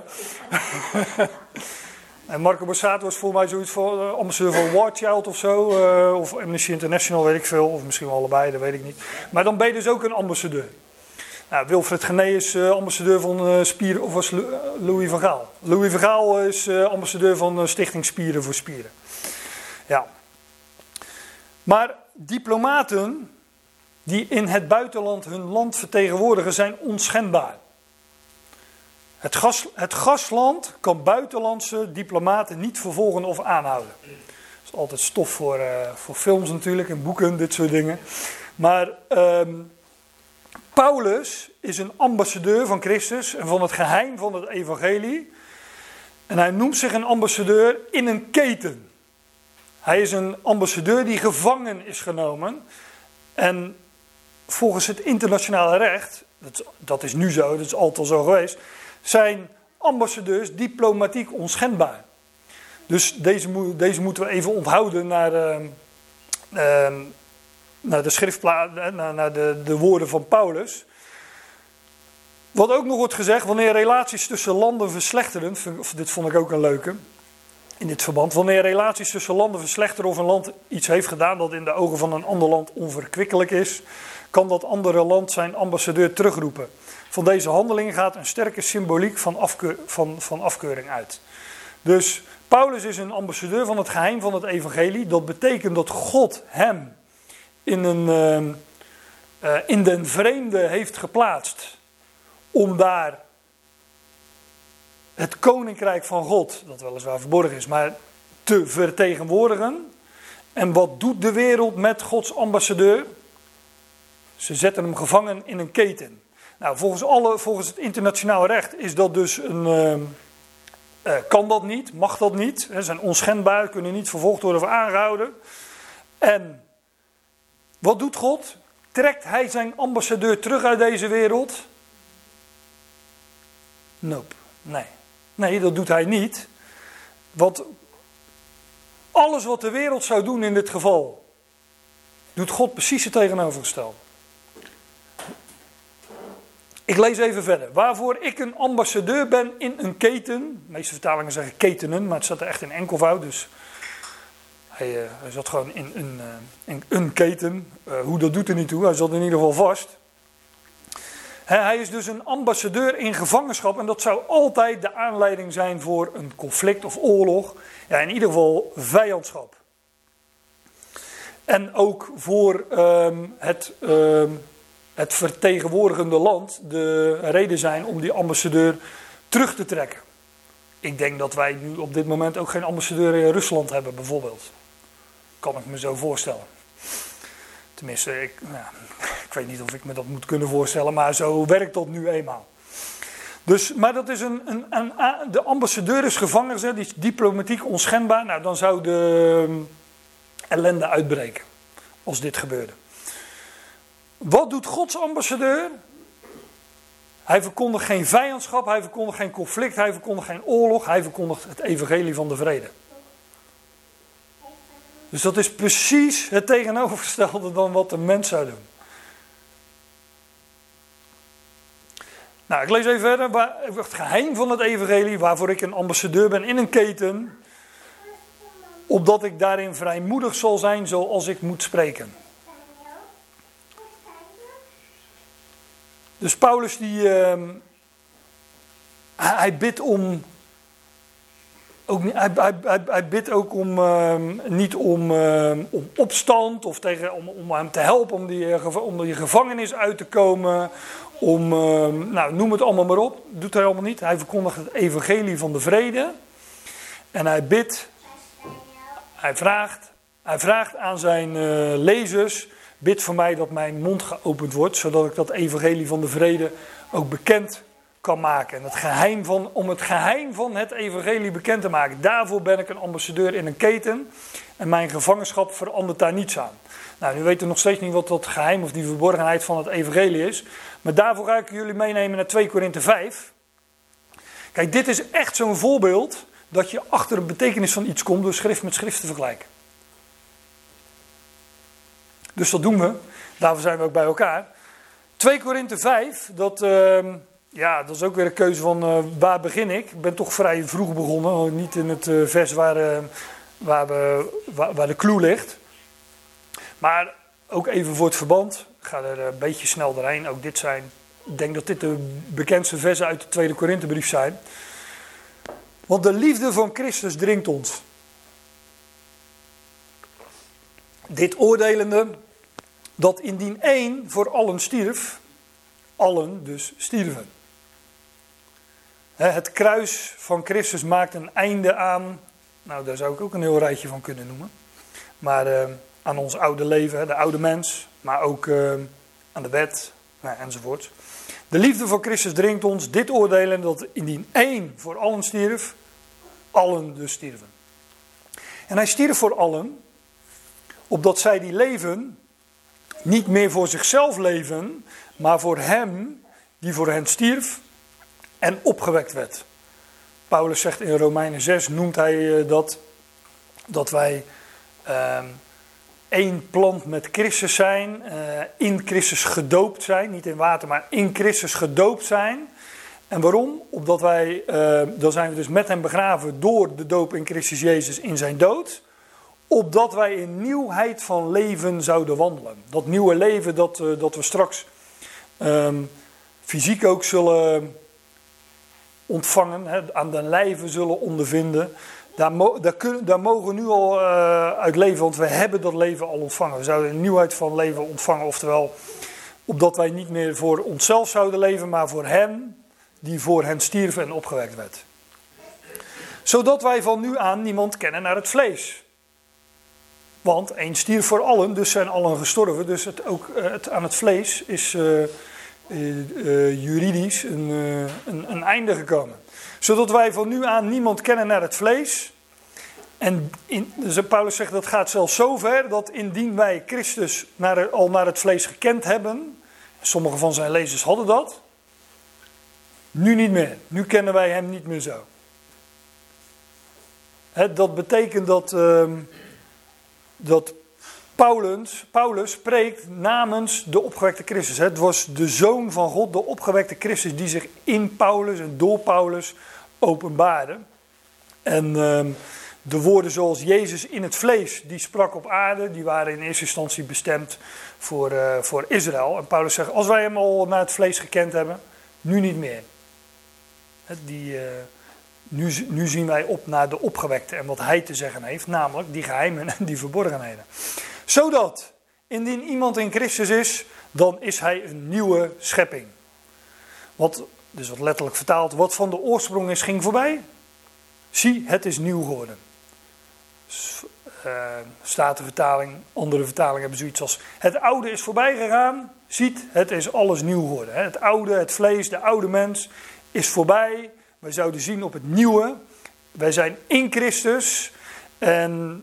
En Marco Borsato was volgens mij zoiets van uh, ambassadeur van War Child of zo. Uh, of Amnesty International, weet ik veel. Of misschien wel allebei, dat weet ik niet. Maar dan ben je dus ook een ambassadeur. Nou, Wilfred Gené is uh, ambassadeur van uh, Spieren, of was Lu- Louis van Gaal. Louis van Gaal is uh, ambassadeur van uh, Stichting Spieren voor Spieren. Ja. Maar diplomaten die in het buitenland hun land vertegenwoordigen zijn onschendbaar. Het, gas, het gastland kan buitenlandse diplomaten niet vervolgen of aanhouden. Dat is altijd stof voor, uh, voor films natuurlijk en boeken, dit soort dingen. Maar um, Paulus is een ambassadeur van Christus en van het geheim van het evangelie. En hij noemt zich een ambassadeur in een keten. Hij is een ambassadeur die gevangen is genomen. En volgens het internationale recht, dat, dat is nu zo, dat is altijd al zo geweest, zijn ambassadeurs diplomatiek onschendbaar. Dus deze, deze moeten we even onthouden naar, uh, uh, naar de schriftpla- naar, naar de, de woorden van Paulus. Wat ook nog wordt gezegd, wanneer relaties tussen landen verslechteren, dit vond ik ook een leuke in dit verband, wanneer relaties tussen landen verslechteren of een land iets heeft gedaan dat in de ogen van een ander land onverkwikkelijk is, kan dat andere land zijn ambassadeur terugroepen. Van deze handeling gaat een sterke symboliek van, afkeur, van, van afkeuring uit. Dus Paulus is een ambassadeur van het geheim van het evangelie. Dat betekent dat God hem in, een, uh, uh, in den vreemde heeft geplaatst. Om daar het koninkrijk van God, dat weliswaar verborgen is, maar te vertegenwoordigen. En wat doet de wereld met Gods ambassadeur? Ze zetten hem gevangen in een keten. Nou, volgens, alle, volgens het internationaal recht is dat dus een, uh, uh, kan dat niet, mag dat niet. Ze zijn onschendbaar, kunnen niet vervolgd worden of aangehouden. En wat doet God? Trekt hij zijn ambassadeur terug uit deze wereld? Nope, nee. Nee, dat doet hij niet. Want alles wat de wereld zou doen in dit geval, doet God precies het tegenovergestelde. Ik lees even verder. Waarvoor ik een ambassadeur ben in een keten. De meeste vertalingen zeggen ketenen, maar het staat er echt in enkelvoud. Dus hij, uh, hij zat gewoon in een, uh, in een keten. Uh, hoe dat doet er niet toe, hij zat in ieder geval vast. He, hij is dus een ambassadeur in gevangenschap. En dat zou altijd de aanleiding zijn voor een conflict of oorlog. Ja, in ieder geval vijandschap. En ook voor um, het... Um, het vertegenwoordigende land de reden zijn om die ambassadeur terug te trekken. Ik denk dat wij nu op dit moment ook geen ambassadeur in Rusland hebben, bijvoorbeeld. Kan ik me zo voorstellen. Tenminste, ik, nou, ik weet niet of ik me dat moet kunnen voorstellen, maar zo werkt dat nu eenmaal. Dus, maar dat is een, een, een, de ambassadeur is gevangen gezet, die is diplomatiek onschendbaar. Nou, dan zou de um, ellende uitbreken als dit gebeurde. Wat doet Gods ambassadeur? Hij verkondigt geen vijandschap, hij verkondigt geen conflict, hij verkondigt geen oorlog, hij verkondigt het evangelie van de vrede. Dus dat is precies het tegenovergestelde dan wat de mens zou doen. Nou, ik lees even verder. Waar, het geheim van het evangelie, waarvoor ik een ambassadeur ben in een keten, opdat ik daarin vrijmoedig zal zijn zoals ik moet spreken. Dus Paulus die, uh, hij, hij bidt om, ook, hij, hij, hij, hij bidt ook om, uh, niet om, uh, om opstand of tegen, om, om hem te helpen om die, om die gevangenis uit te komen. Om, uh, nou, noem het allemaal maar op. Doet hij allemaal niet. Hij verkondigt het evangelie van de vrede. En hij bidt, hij vraagt, hij vraagt aan zijn uh, lezers, bid voor mij dat mijn mond geopend wordt, zodat ik dat evangelie van de vrede ook bekend kan maken. En het geheim van, om het geheim van het evangelie bekend te maken. Daarvoor ben ik een ambassadeur in een keten en mijn gevangenschap verandert daar niets aan. Nou, nu weten we nog steeds niet wat dat geheim of die verborgenheid van het evangelie is. Maar daarvoor ga ik jullie meenemen naar twee Korinthe vijf. Kijk, dit is echt zo'n voorbeeld dat je achter een betekenis van iets komt door schrift met schrift te vergelijken. Dus dat doen we. Daarvoor zijn we ook bij elkaar. twee Korinthe vijf, dat, uh, ja, dat is ook weer een keuze van uh, waar begin ik. Ik ben toch vrij vroeg begonnen. Niet in het uh, vers waar, uh, waar, we, waar, waar de clue ligt. Maar ook even voor het verband. Ik ga er een beetje snel doorheen. Ook dit zijn, ik denk dat dit de bekendste versen uit de tweede Korinthebrief zijn. Want de liefde van Christus dringt ons. Dit oordelende, dat indien één voor allen stierf, allen dus stierven. Het kruis van Christus maakt een einde aan, nou daar zou ik ook een heel rijtje van kunnen noemen. Maar uh, aan ons oude leven, de oude mens, maar ook uh, aan de wet, nou, enzovoort. De liefde van Christus dringt ons, dit oordelen dat indien één voor allen stierf, allen dus stierven. En hij stierf voor allen, opdat zij die leven, niet meer voor zichzelf leven, maar voor hem die voor hen stierf en opgewekt werd. Paulus zegt in Romeinen zes, noemt hij uh, dat, dat wij uh, één plant met Christus zijn, uh, in Christus gedoopt zijn, niet in water, maar in Christus gedoopt zijn. En waarom? Opdat wij, uh, dan zijn we dus met hem begraven door de doop in Christus Jezus in zijn dood. Opdat wij in nieuwheid van leven zouden wandelen. Dat nieuwe leven dat, uh, dat we straks um, fysiek ook zullen ontvangen. Hè, aan de lijve zullen ondervinden. Daar, mo- daar, kun- daar mogen we nu al uh, uit leven, want we hebben dat leven al ontvangen. We zouden een nieuwheid van leven ontvangen. Oftewel, opdat wij niet meer voor onszelf zouden leven, maar voor hem die voor hen stierf en opgewekt werd. Zodat wij van nu aan niemand kennen naar het vlees. Want één stierf voor allen, dus zijn allen gestorven. Dus het, ook, uh, het, aan het vlees is uh, uh, uh, juridisch een, uh, een, een einde gekomen. Zodat wij van nu aan niemand kennen naar het vlees. En in, dus Paulus zegt dat gaat zelfs zo ver dat indien wij Christus naar, al naar het vlees gekend hebben. Sommige van zijn lezers hadden dat. Nu niet meer. Nu kennen wij hem niet meer zo. He, dat betekent dat... Uh, dat Paulus, Paulus spreekt namens de opgewekte Christus. Het was de Zoon van God, de opgewekte Christus, die zich in Paulus en door Paulus openbaarde. En uh, de woorden zoals Jezus in het vlees, die sprak op aarde, die waren in eerste instantie bestemd voor, uh, voor Israël. En Paulus zegt, als wij hem al naar het vlees gekend hebben, nu niet meer. Die... Uh, Nu, nu zien wij op naar de opgewekte en wat hij te zeggen heeft, namelijk die geheimen en die verborgenheden. Zodat, indien iemand in Christus is, dan is hij een nieuwe schepping. Wat, dus wat letterlijk vertaald, wat van de oorsprong is, ging voorbij. Zie, het is nieuw geworden. Uh, Statenvertaling, andere vertalingen hebben zoiets als, het oude is voorbij gegaan, ziet, het is alles nieuw geworden. Het oude, het vlees, de oude mens is voorbij. Wij zouden zien op het nieuwe. Wij zijn in Christus. En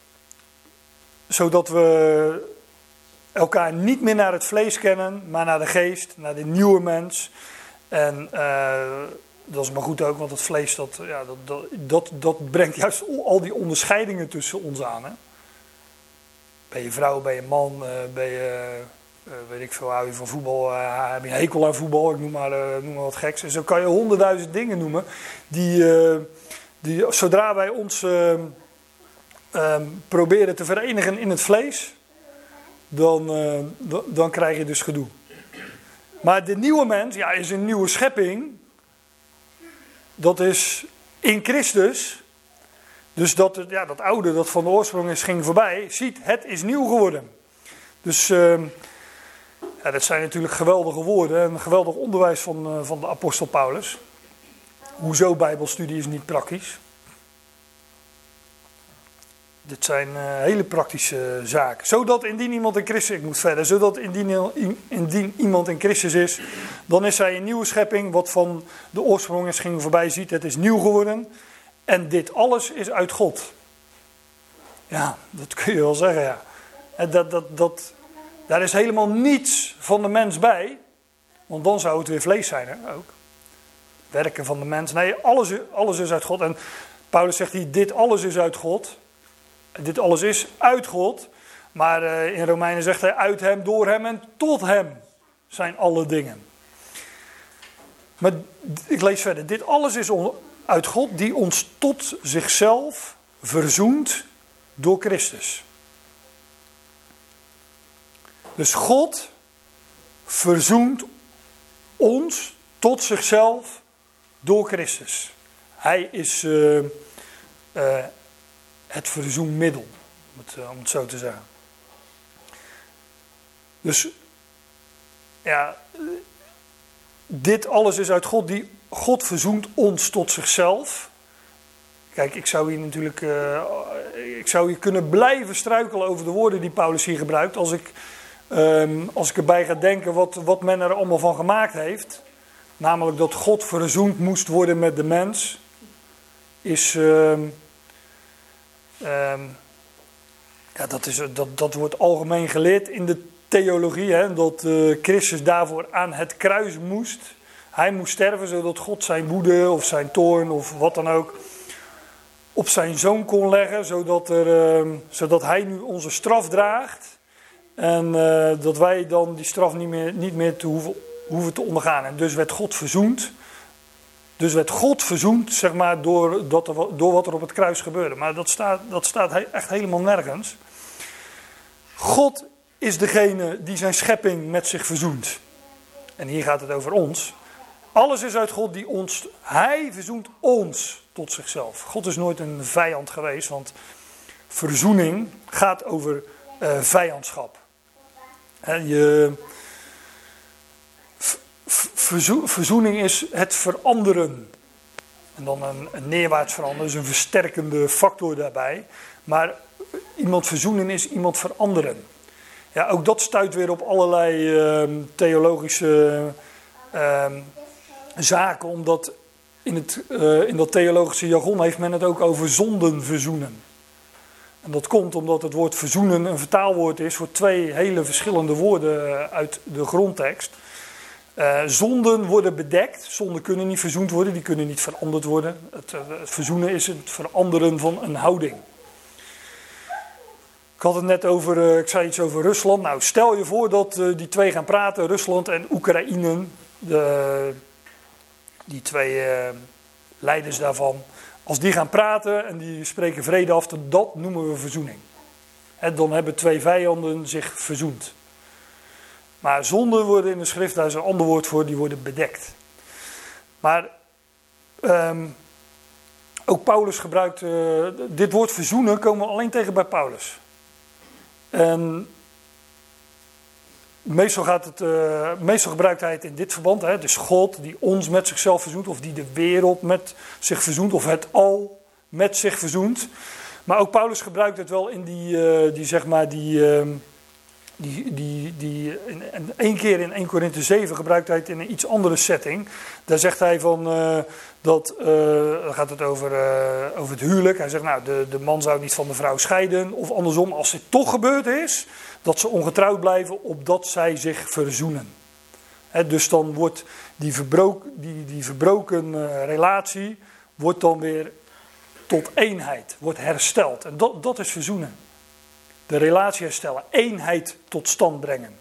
zodat we elkaar niet meer naar het vlees kennen, maar naar de geest, naar de nieuwe mens. En uh, dat is maar goed ook, want het vlees dat, ja, dat, dat, dat, dat brengt juist al die onderscheidingen tussen ons aan. Hè? Ben je vrouw, ben je man, uh, ben je... Uh, weet ik veel, hou je van voetbal, uh, heb je een hekel aan voetbal, ik noem maar, uh, noem maar wat geks. En zo kan je honderdduizend dingen noemen, die, uh, die zodra wij ons uh, uh, proberen te verenigen in het vlees, dan, uh, d- dan krijg je dus gedoe. Maar de nieuwe mens, ja, is een nieuwe schepping. Dat is in Christus. Dus dat, ja, dat oude, dat van de oorsprong is, ging voorbij. Ziet, het is nieuw geworden. Dus uh, ja, dat zijn natuurlijk geweldige woorden. En een geweldig onderwijs van, uh, van de apostel Paulus. Hoezo bijbelstudie is niet praktisch? Dit zijn uh, hele praktische zaken. Zodat indien iemand in Christus, ik moet verder, zodat indien, indien iemand in Christus is, dan is hij een nieuwe schepping, wat van de oorsprong is ging voorbij, ziet, het is nieuw geworden. En dit alles is uit God. Ja, dat kun je wel zeggen, ja. Dat, dat, dat, daar is helemaal niets van de mens bij, want dan zou het weer vlees zijn, hè, ook. Werken van de mens. Nee, alles, alles is uit God. En Paulus zegt hier, dit alles is uit God. Dit alles is uit God. Maar uh, in Romeinen zegt hij, uit hem, door hem en tot hem zijn alle dingen. Maar ik lees verder. Dit alles is uit God die ons tot zichzelf verzoent door Christus. Dus God verzoent ons tot zichzelf door Christus. Hij is uh, uh, het verzoenmiddel, om het, uh, om het zo te zeggen. Dus ja, dit alles is uit God. Die God verzoent ons tot zichzelf. Kijk, ik zou hier natuurlijk, uh, ik zou hier kunnen blijven struikelen over de woorden die Paulus hier gebruikt. Als ik, um, als ik erbij ga denken wat, wat men er allemaal van gemaakt heeft. Namelijk dat God verzoend moest worden met de mens. Is, um, um, ja, dat, is dat, dat wordt algemeen geleerd in de theologie. Hè, dat uh, Christus daarvoor aan het kruis moest. Hij moest sterven zodat God zijn woede of zijn toorn of wat dan ook op zijn zoon kon leggen. Zodat, er, uh, zodat hij nu onze straf draagt. En uh, dat wij dan die straf niet meer, niet meer te hoeven, hoeven te ondergaan. En dus werd God verzoend. Dus werd God verzoend, zeg maar, door, dat er, door wat er op het kruis gebeurde. Maar dat staat, dat staat echt helemaal nergens. God is degene die zijn schepping met zich verzoent. En hier gaat het over ons. Alles is uit God die ons, hij verzoent ons tot zichzelf. God is nooit een vijand geweest, want verzoening gaat over uh, vijandschap. He, je, verzo, verzoening is het veranderen. En dan een, een neerwaarts veranderen, dus een versterkende factor daarbij. Maar iemand verzoenen is iemand veranderen. Ja, ook dat stuit weer op allerlei uh, theologische uh, zaken, omdat in, het, uh, in dat theologische jargon heeft men het ook over zonden verzoenen. En dat komt omdat het woord verzoenen een vertaalwoord is voor twee hele verschillende woorden uit de grondtekst. Uh, zonden worden bedekt, zonden kunnen niet verzoend worden, die kunnen niet veranderd worden. Het, uh, het verzoenen is het veranderen van een houding. Ik had het net over, uh, ik zei iets over Rusland. Nou, stel je voor dat uh, die twee gaan praten, Rusland en Oekraïne, de, die twee uh, leiders daarvan. Als die gaan praten en die spreken vrede af, dat noemen we verzoening. En dan hebben twee vijanden zich verzoend. Maar zonden worden in de schrift, daar is een ander woord voor, die worden bedekt. Maar um, ook Paulus gebruikt, uh, dit woord verzoenen komen we alleen tegen bij Paulus. En meestal, gaat het, uh, meestal gebruikt hij het in dit verband. Hè, dus God die ons met zichzelf verzoent, of die de wereld met zich verzoent, of het al met zich verzoent. Maar ook Paulus gebruikt het wel in die, uh, die zeg maar, die... Uh, Die, die, die, in, in, één keer in Eerste Korinthe zeven gebruikt hij het in een iets andere setting. Daar zegt hij van, uh, dat, uh, dan gaat het over, uh, over het huwelijk. Hij zegt, nou, de, de man zou niet van de vrouw scheiden. Of andersom, als dit toch gebeurd is, dat ze ongetrouwd blijven, opdat zij zich verzoenen. He, dus dan wordt die, verbroken, die, die verbroken uh, relatie, wordt dan weer tot eenheid, wordt hersteld. En dat, dat is verzoenen. De relatie herstellen, eenheid tot stand brengen.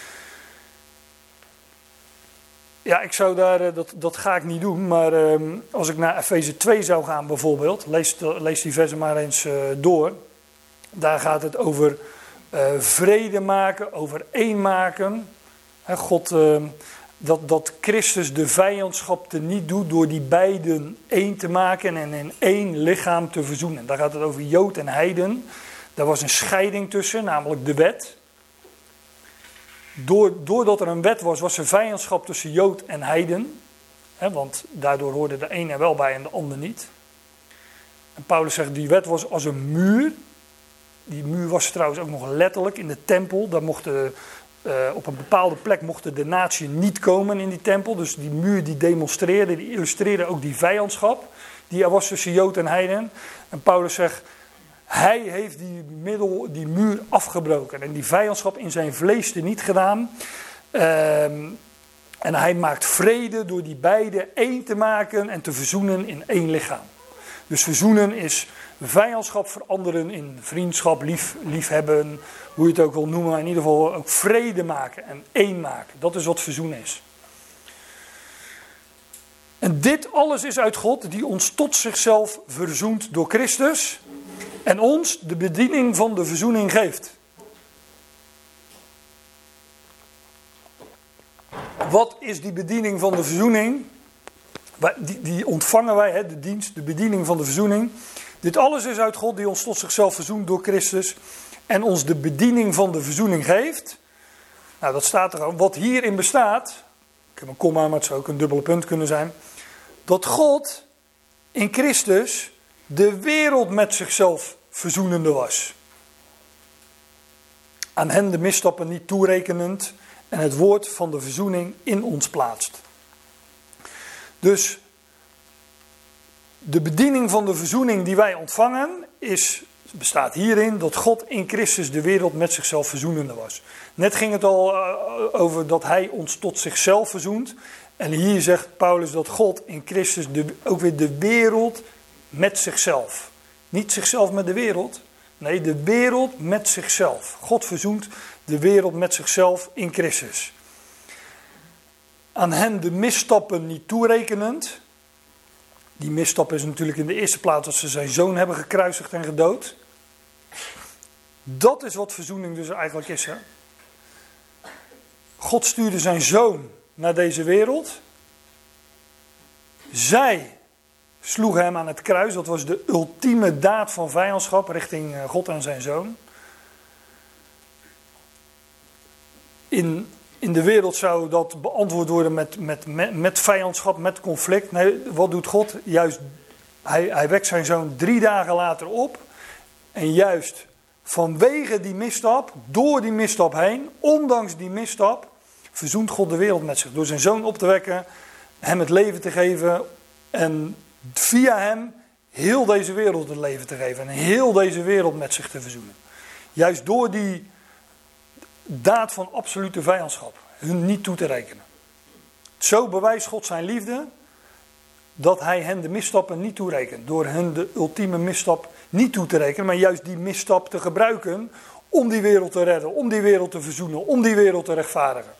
Ja, ik zou daar, dat, dat ga ik niet doen, maar um, als ik naar Efeze twee zou gaan bijvoorbeeld, lees, lees die versen maar eens uh, door. Daar gaat het over uh, vrede maken, over één maken. He, God, uh, dat, dat Christus de vijandschap teniet doet door die beiden één te maken en in één lichaam te verzoenen. Daar gaat het over Jood en heiden. Daar was een scheiding tussen, namelijk de wet. Door, doordat er een wet was, was er vijandschap tussen Jood en heiden. Hè, want daardoor hoorde de ene er wel bij en de ander niet. En Paulus zegt, die wet was als een muur. Die muur was trouwens ook nog letterlijk in de tempel. Daar mochten, uh, op een bepaalde plek mochten de natie niet komen in die tempel. Dus die muur die demonstreerde, die illustreerde ook die vijandschap. Die er was tussen Jood en heiden. En Paulus zegt, hij heeft die, middel, die muur afgebroken. En die vijandschap in zijn vlees teniet gedaan. Um, en hij maakt vrede door die beide één te maken en te verzoenen in één lichaam. Dus verzoenen is vijandschap veranderen in vriendschap, lief, liefhebben, hoe je het ook wil noemen. Maar in ieder geval ook vrede maken en één maken. Dat is wat verzoenen is. En dit alles is uit God die ons tot zichzelf verzoent door Christus. En ons de bediening van de verzoening geeft. Wat is die bediening van de verzoening? Die, die ontvangen wij, hè, de dienst, de bediening van de verzoening. Dit alles is uit God die ons tot zichzelf verzoent door Christus. En ons de bediening van de verzoening geeft. Nou, dat staat er ook. Wat hierin bestaat. Ik heb een komma, maar het zou ook een dubbele punt kunnen zijn. Dat God in Christus de wereld met zichzelf verzoenende was. Aan hen de misstappen niet toerekenend. En het woord van de verzoening in ons plaatst. Dus de bediening van de verzoening die wij ontvangen is, bestaat hierin dat God in Christus de wereld met zichzelf verzoenende was. Net ging het al uh, over dat hij ons tot zichzelf verzoent. En hier zegt Paulus dat God in Christus de, ook weer de wereld met zichzelf. Niet zichzelf met de wereld. Nee, de wereld met zichzelf. God verzoent de wereld met zichzelf in Christus. Aan hen de misstappen niet toerekenend. Die misstap is natuurlijk in de eerste plaats dat ze zijn zoon hebben gekruisigd en gedood. Dat is wat verzoening dus eigenlijk is. Hè? God stuurde zijn zoon naar deze wereld. Zij sloegen hem aan het kruis. Dat was de ultieme daad van vijandschap richting God en zijn zoon. In, in de wereld zou dat beantwoord worden met, met, met, met vijandschap, met conflict. Nee, wat doet God? Juist, hij, hij wekt zijn zoon drie dagen later op. En juist vanwege die misstap, door die misstap heen, ondanks die misstap, verzoent God de wereld met zich. Door zijn zoon op te wekken, hem het leven te geven en via hem heel deze wereld het leven te geven. En heel deze wereld met zich te verzoenen. Juist door die daad van absolute vijandschap. Hun niet toe te rekenen. Zo bewijst God zijn liefde. Dat hij hen de misstappen niet toerekent. Door hen de ultieme misstap niet toe te rekenen. Maar juist die misstap te gebruiken. Om die wereld te redden. Om die wereld te verzoenen. Om die wereld te rechtvaardigen.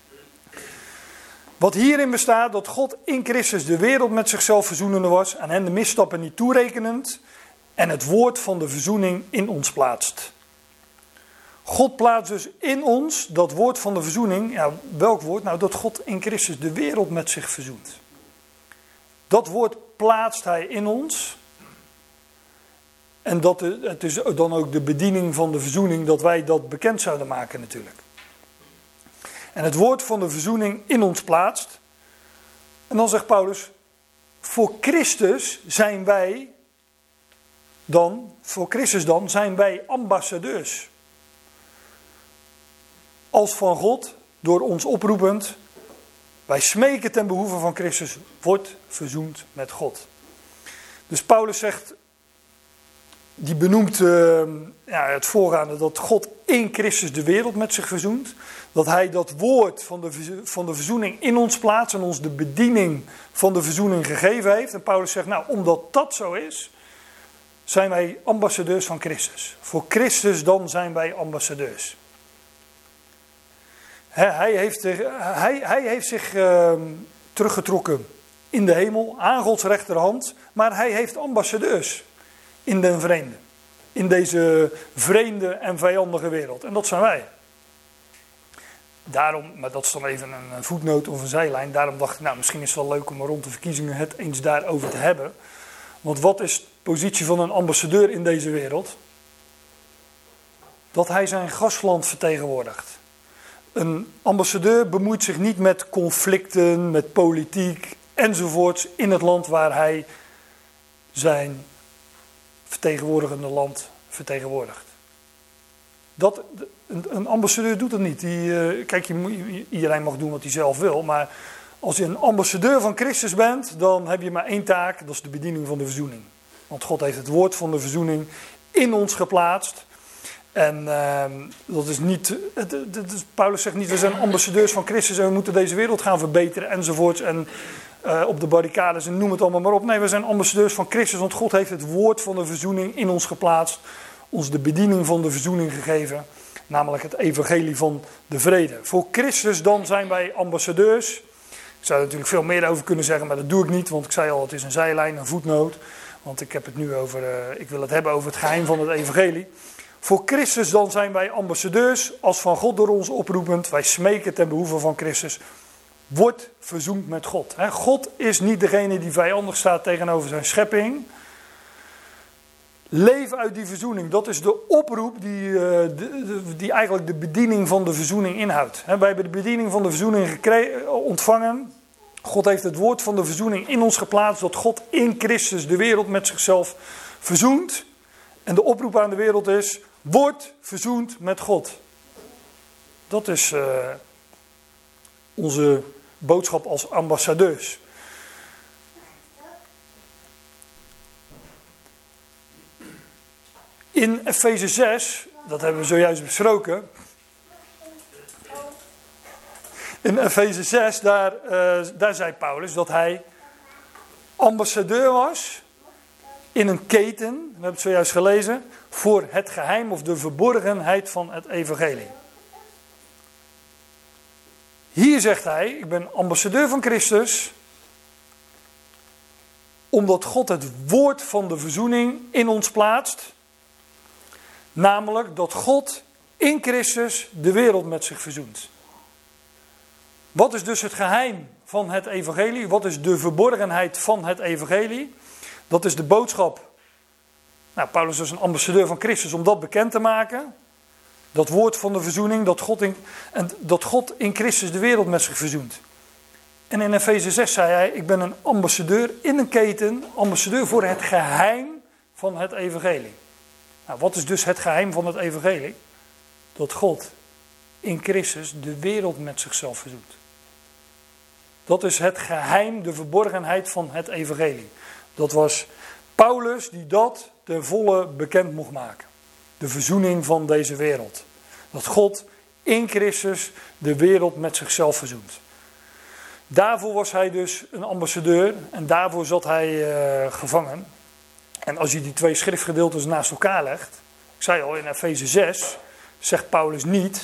Wat hierin bestaat. Dat God in Christus de wereld met zichzelf verzoenende was. Aan hen de misstappen niet toerekenend. En het woord van de verzoening in ons plaatst. God plaatst dus in ons dat woord van de verzoening. Ja, welk woord? Nou, dat God in Christus de wereld met zich verzoent. Dat woord plaatst hij in ons. En dat, het is dan ook de bediening van de verzoening dat wij dat bekend zouden maken natuurlijk. En het woord van de verzoening in ons plaatst. En dan zegt Paulus, voor Christus zijn wij dan, voor Christus dan zijn wij ambassadeurs. Als van God, door ons oproepend, wij smeken ten behoeve van Christus, wordt verzoend met God. Dus Paulus zegt, die benoemt uh, ja, het voorgaande dat God in Christus de wereld met zich verzoent. Dat hij dat woord van de, van de verzoening in ons plaatst en ons de bediening van de verzoening gegeven heeft. En Paulus zegt, nou, omdat dat zo is, zijn wij ambassadeurs van Christus. Voor Christus dan zijn wij ambassadeurs. Hij heeft, hij, hij heeft zich uh, teruggetrokken in de hemel, aan Gods rechterhand. Maar hij heeft ambassadeurs in den vreemde. In deze vreemde en vijandige wereld. En dat zijn wij. Daarom, maar dat is dan even een voetnoot of een zijlijn. Daarom dacht ik, nou, misschien is het wel leuk om er rond de verkiezingen het eens daarover te hebben. Want wat is de positie van een ambassadeur in deze wereld? Dat hij zijn gastland vertegenwoordigt. Een ambassadeur bemoeit zich niet met conflicten, met politiek enzovoorts in het land waar hij zijn vertegenwoordigende land vertegenwoordigt. Dat, een, een ambassadeur doet dat niet. Die, uh, kijk, je, iedereen mag doen wat hij zelf wil, maar als je een ambassadeur van Christus bent, dan heb je maar één taak, dat is de bediening van de verzoening. Want God heeft het woord van de verzoening in ons geplaatst. En uh, dat is niet, het, het, het, Paulus zegt niet, we zijn ambassadeurs van Christus en we moeten deze wereld gaan verbeteren enzovoorts. En uh, op de barricades en noem het allemaal maar op. Nee, we zijn ambassadeurs van Christus, want God heeft het woord van de verzoening in ons geplaatst. Ons de bediening van de verzoening gegeven, namelijk het evangelie van de vrede. Voor Christus dan zijn wij ambassadeurs. Ik zou er natuurlijk veel meer over kunnen zeggen, maar dat doe ik niet, want ik zei al, het is een zijlijn, een voetnoot. Want ik heb het nu over, uh, ik wil het hebben over het geheim van het evangelie. Voor Christus dan zijn wij ambassadeurs, als van God door ons oproepend. Wij smeken ten behoeve van Christus. Word verzoend met God. He, God is niet degene die vijandig staat tegenover zijn schepping. Leef uit die verzoening. Dat is de oproep die, uh, de, de, die eigenlijk de bediening van de verzoening inhoudt. He, wij hebben de bediening van de verzoening gekre- ontvangen. God heeft het woord van de verzoening in ons geplaatst. Dat God in Christus de wereld met zichzelf verzoent. En de oproep aan de wereld is, word verzoend met God. Dat is uh, onze boodschap als ambassadeurs. In Efeze zes, dat hebben we zojuist besproken. In Efeze zes, daar, uh, daar zei Paulus dat hij ambassadeur was in een keten, we hebben het zojuist gelezen, voor het geheim of de verborgenheid van het evangelie. Hier zegt hij, ik ben ambassadeur van Christus, omdat God het woord van de verzoening in ons plaatst. Namelijk dat God in Christus de wereld met zich verzoent. Wat is dus het geheim van het evangelie? Wat is de verborgenheid van het evangelie? Dat is de boodschap. Nou, Paulus is een ambassadeur van Christus om dat bekend te maken. Dat woord van de verzoening, dat God in, en dat God in Christus de wereld met zich verzoent. En in Efeze zes zei hij, ik ben een ambassadeur in een keten, ambassadeur voor het geheim van het evangelie. Nou, wat is dus het geheim van het evangelie? Dat God in Christus de wereld met zichzelf verzoent. Dat is het geheim, de verborgenheid van het evangelie. Dat was Paulus die dat ten volle bekend mocht maken. De verzoening van deze wereld. Dat God in Christus de wereld met zichzelf verzoent. Daarvoor was hij dus een ambassadeur en daarvoor zat hij uh, gevangen. En als je die twee schriftgedeeltes naast elkaar legt, ik zei al in Efeze zes, zegt Paulus niet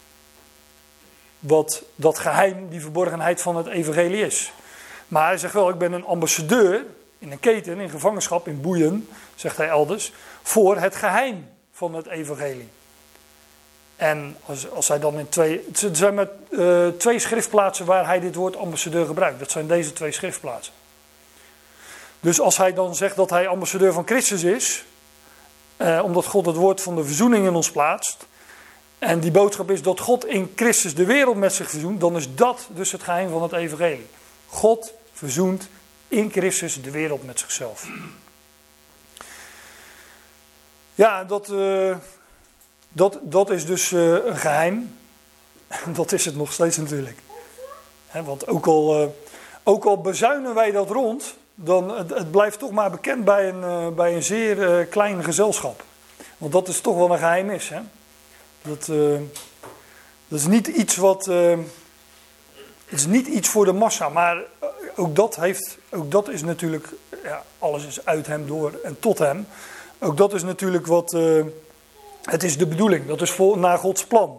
wat dat geheim, die verborgenheid van het evangelie is. Maar hij zegt wel, ik ben een ambassadeur in een keten, in gevangenschap, in boeien, zegt hij elders, voor het geheim van het evangelie. En als, als hij dan in twee, er zijn maar uh, twee schriftplaatsen waar hij dit woord ambassadeur gebruikt. Dat zijn deze twee schriftplaatsen. Dus als hij dan zegt dat hij ambassadeur van Christus is, uh, omdat God het woord van de verzoening in ons plaatst, en die boodschap is dat God in Christus de wereld met zich verzoent, dan is dat dus het geheim van het evangelie. God verzoent in Christus de wereld met zichzelf. Ja, dat, uh, dat, dat is dus uh, een geheim. Dat is het nog steeds natuurlijk. He, want ook al, uh, ook al bezuinen wij dat rond, dan het, het blijft toch maar bekend bij een, uh, bij een zeer uh, klein gezelschap. Want dat is toch wel een geheim is. Hè? Dat, uh, dat is niet iets wat... Uh, het is niet iets voor de massa, maar ook dat, heeft, ook dat is natuurlijk... Ja, alles is uit hem, door en tot hem. Ook dat is natuurlijk wat... Uh, het is de bedoeling. Dat is vol, naar Gods plan.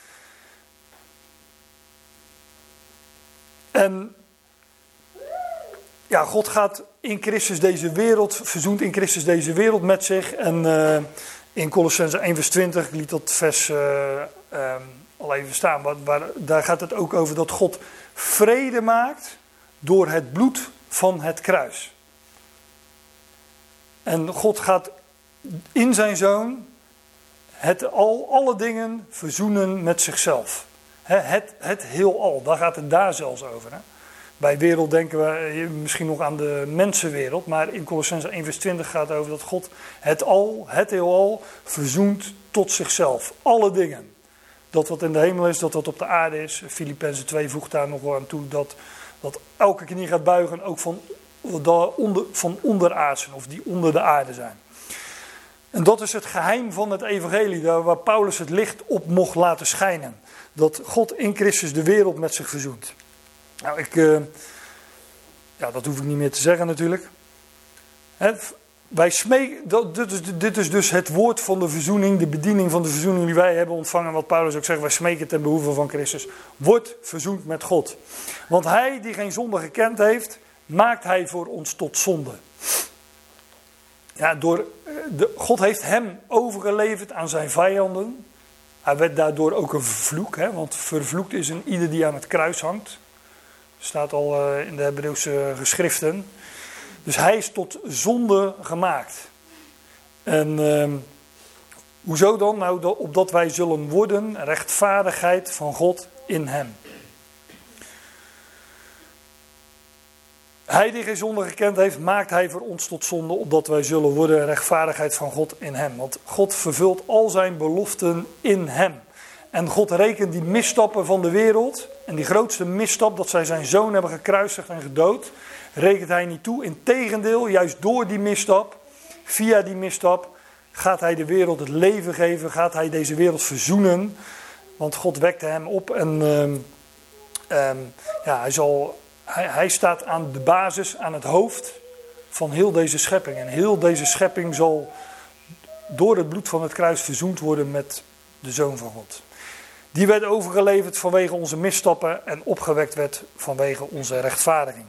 En... Ja, God gaat in Christus deze wereld... Verzoent in Christus deze wereld met zich. En uh, in Colossenzen één vers twintig... Ik liet dat vers uh, uh, al even staan. Waar, waar, daar gaat het ook over dat God vrede maakt door het bloed van het kruis. En God gaat in zijn zoon het al, alle dingen verzoenen met zichzelf. Het, het heelal, daar gaat het daar zelfs over. Hè? Bij wereld denken we misschien nog aan de mensenwereld, maar in Colossenzen één vers twintig gaat het over dat God het al, het heelal, verzoent tot zichzelf. Alle dingen. Dat wat in de hemel is, dat wat op de aarde is. Filippenzen twee voegt daar nog wel aan toe dat, dat elke knie gaat buigen, ook van, onder, van onderaardsen of die onder de aarde zijn. En dat is het geheim van het evangelie, daar waar Paulus het licht op mocht laten schijnen. Dat God in Christus de wereld met zich verzoent. Nou, ik, uh, ja, dat hoef ik niet meer te zeggen natuurlijk. He, wij smeken, dat, dit, is, dit is dus het woord van de verzoening, de bediening van de verzoening die wij hebben ontvangen. Wat Paulus ook zegt, wij smeken ten behoeve van Christus. Word verzoend met God. Want hij die geen zonde gekend heeft, maakt hij voor ons tot zonde. Ja, door, de, God heeft hem overgeleverd aan zijn vijanden. Hij werd daardoor ook een vloek, hè, want vervloekt is een ieder die aan het kruis hangt. Staat al uh, in de Hebreeuwse geschriften. Dus hij is tot zonde gemaakt. En uh, hoezo dan? Nou, opdat wij zullen worden rechtvaardigheid van God in hem. Hij die geen zonde gekend heeft, maakt hij voor ons tot zonde, opdat wij zullen worden rechtvaardigheid van God in hem. Want God vervult al zijn beloften in hem. En God rekent die misstappen van de wereld, en die grootste misstap, dat zij zijn zoon hebben gekruisigd en gedood, rekent hij niet toe. Integendeel, juist door die misstap, via die misstap, gaat hij de wereld het leven geven, gaat hij deze wereld verzoenen. Want God wekte hem op en um, um, ja, hij zal... Hij, hij staat aan de basis, aan het hoofd van heel deze schepping. En heel deze schepping zal door het bloed van het kruis verzoend worden met de Zoon van God. Die werd overgeleverd vanwege onze misstappen en opgewekt werd vanwege onze rechtvaardiging.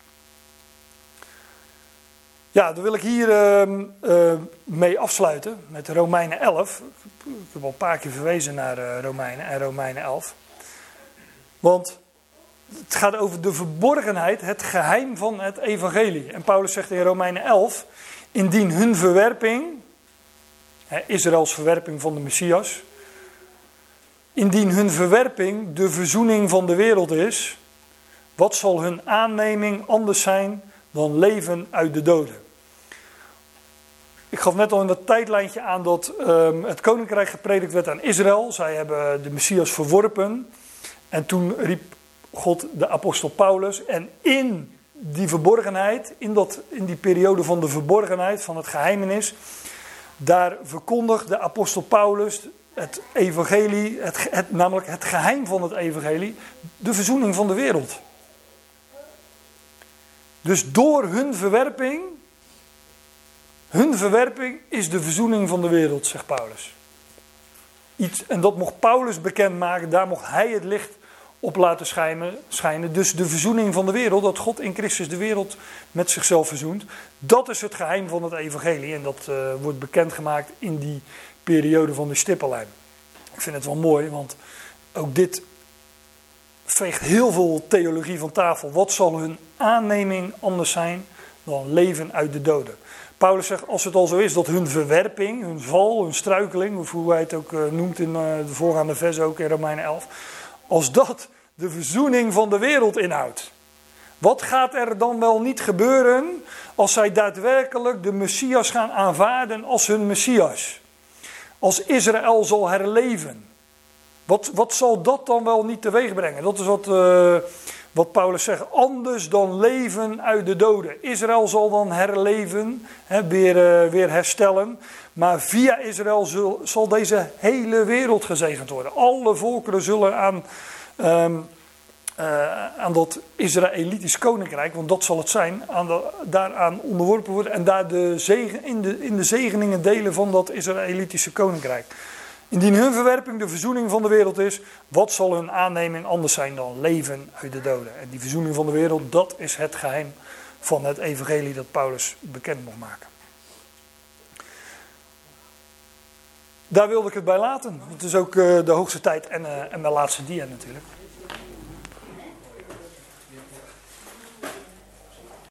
Ja, daar wil ik hier uh, uh, mee afsluiten met Romeinen elf. Ik heb al een paar keer verwezen naar uh, Romeinen en Romeinen elf. Want... het gaat over de verborgenheid, het geheim van het evangelie. En Paulus zegt in Romeinen elf, indien hun verwerping, Israëls verwerping van de Messias, indien hun verwerping de verzoening van de wereld is, wat zal hun aanneming anders zijn dan leven uit de doden? Ik gaf net al in dat tijdlijntje aan dat um, het koninkrijk gepredikt werd aan Israël. Zij hebben de Messias verworpen en toen riep God de apostel Paulus, en in die verborgenheid, in, dat, in die periode van de verborgenheid, van het geheimenis, daar verkondigt de apostel Paulus het evangelie, het, het, namelijk het geheim van het evangelie, de verzoening van de wereld. Dus door hun verwerping, hun verwerping is de verzoening van de wereld, zegt Paulus. Iets, en dat mocht Paulus bekendmaken, daar mocht hij het licht op laten schijnen, schijnen. Dus de verzoening van de wereld, dat God in Christus de wereld met zichzelf verzoent. Dat is het geheim van het evangelie. En dat uh, wordt bekendgemaakt in die periode van de stippellijn. Ik vind het wel mooi, want ook dit veegt heel veel theologie van tafel. Wat zal hun aanneming anders zijn dan leven uit de doden? Paulus zegt, als het al zo is dat hun verwerping, hun val, hun struikeling, of hoe hij het ook uh, noemt in uh, de voorgaande vers ook in Romeinen elf... als dat de verzoening van de wereld inhoudt. Wat gaat er dan wel niet gebeuren als zij daadwerkelijk de Messias gaan aanvaarden als hun Messias? Als Israël zal herleven. Wat, wat zal dat dan wel niet teweeg brengen? Dat is wat, uh, wat Paulus zegt. Anders dan leven uit de doden. Israël zal dan herleven, hè, weer, uh, weer herstellen. Maar via Israël zal, zal deze hele wereld gezegend worden. Alle volkeren zullen aan, um, uh, aan dat Israëlitisch koninkrijk, want dat zal het zijn, aan de, daaraan onderworpen worden. En daar de zegen, in, de, in de zegeningen delen van dat Israëlitische koninkrijk. Indien hun verwerping de verzoening van de wereld is, wat zal hun aanneming anders zijn dan leven uit de doden? En die verzoening van de wereld, dat is het geheim van het evangelie dat Paulus bekend mocht maken. daar wilde ik het bij laten. Het is ook uh, de hoogste tijd en, uh, en mijn laatste dia natuurlijk.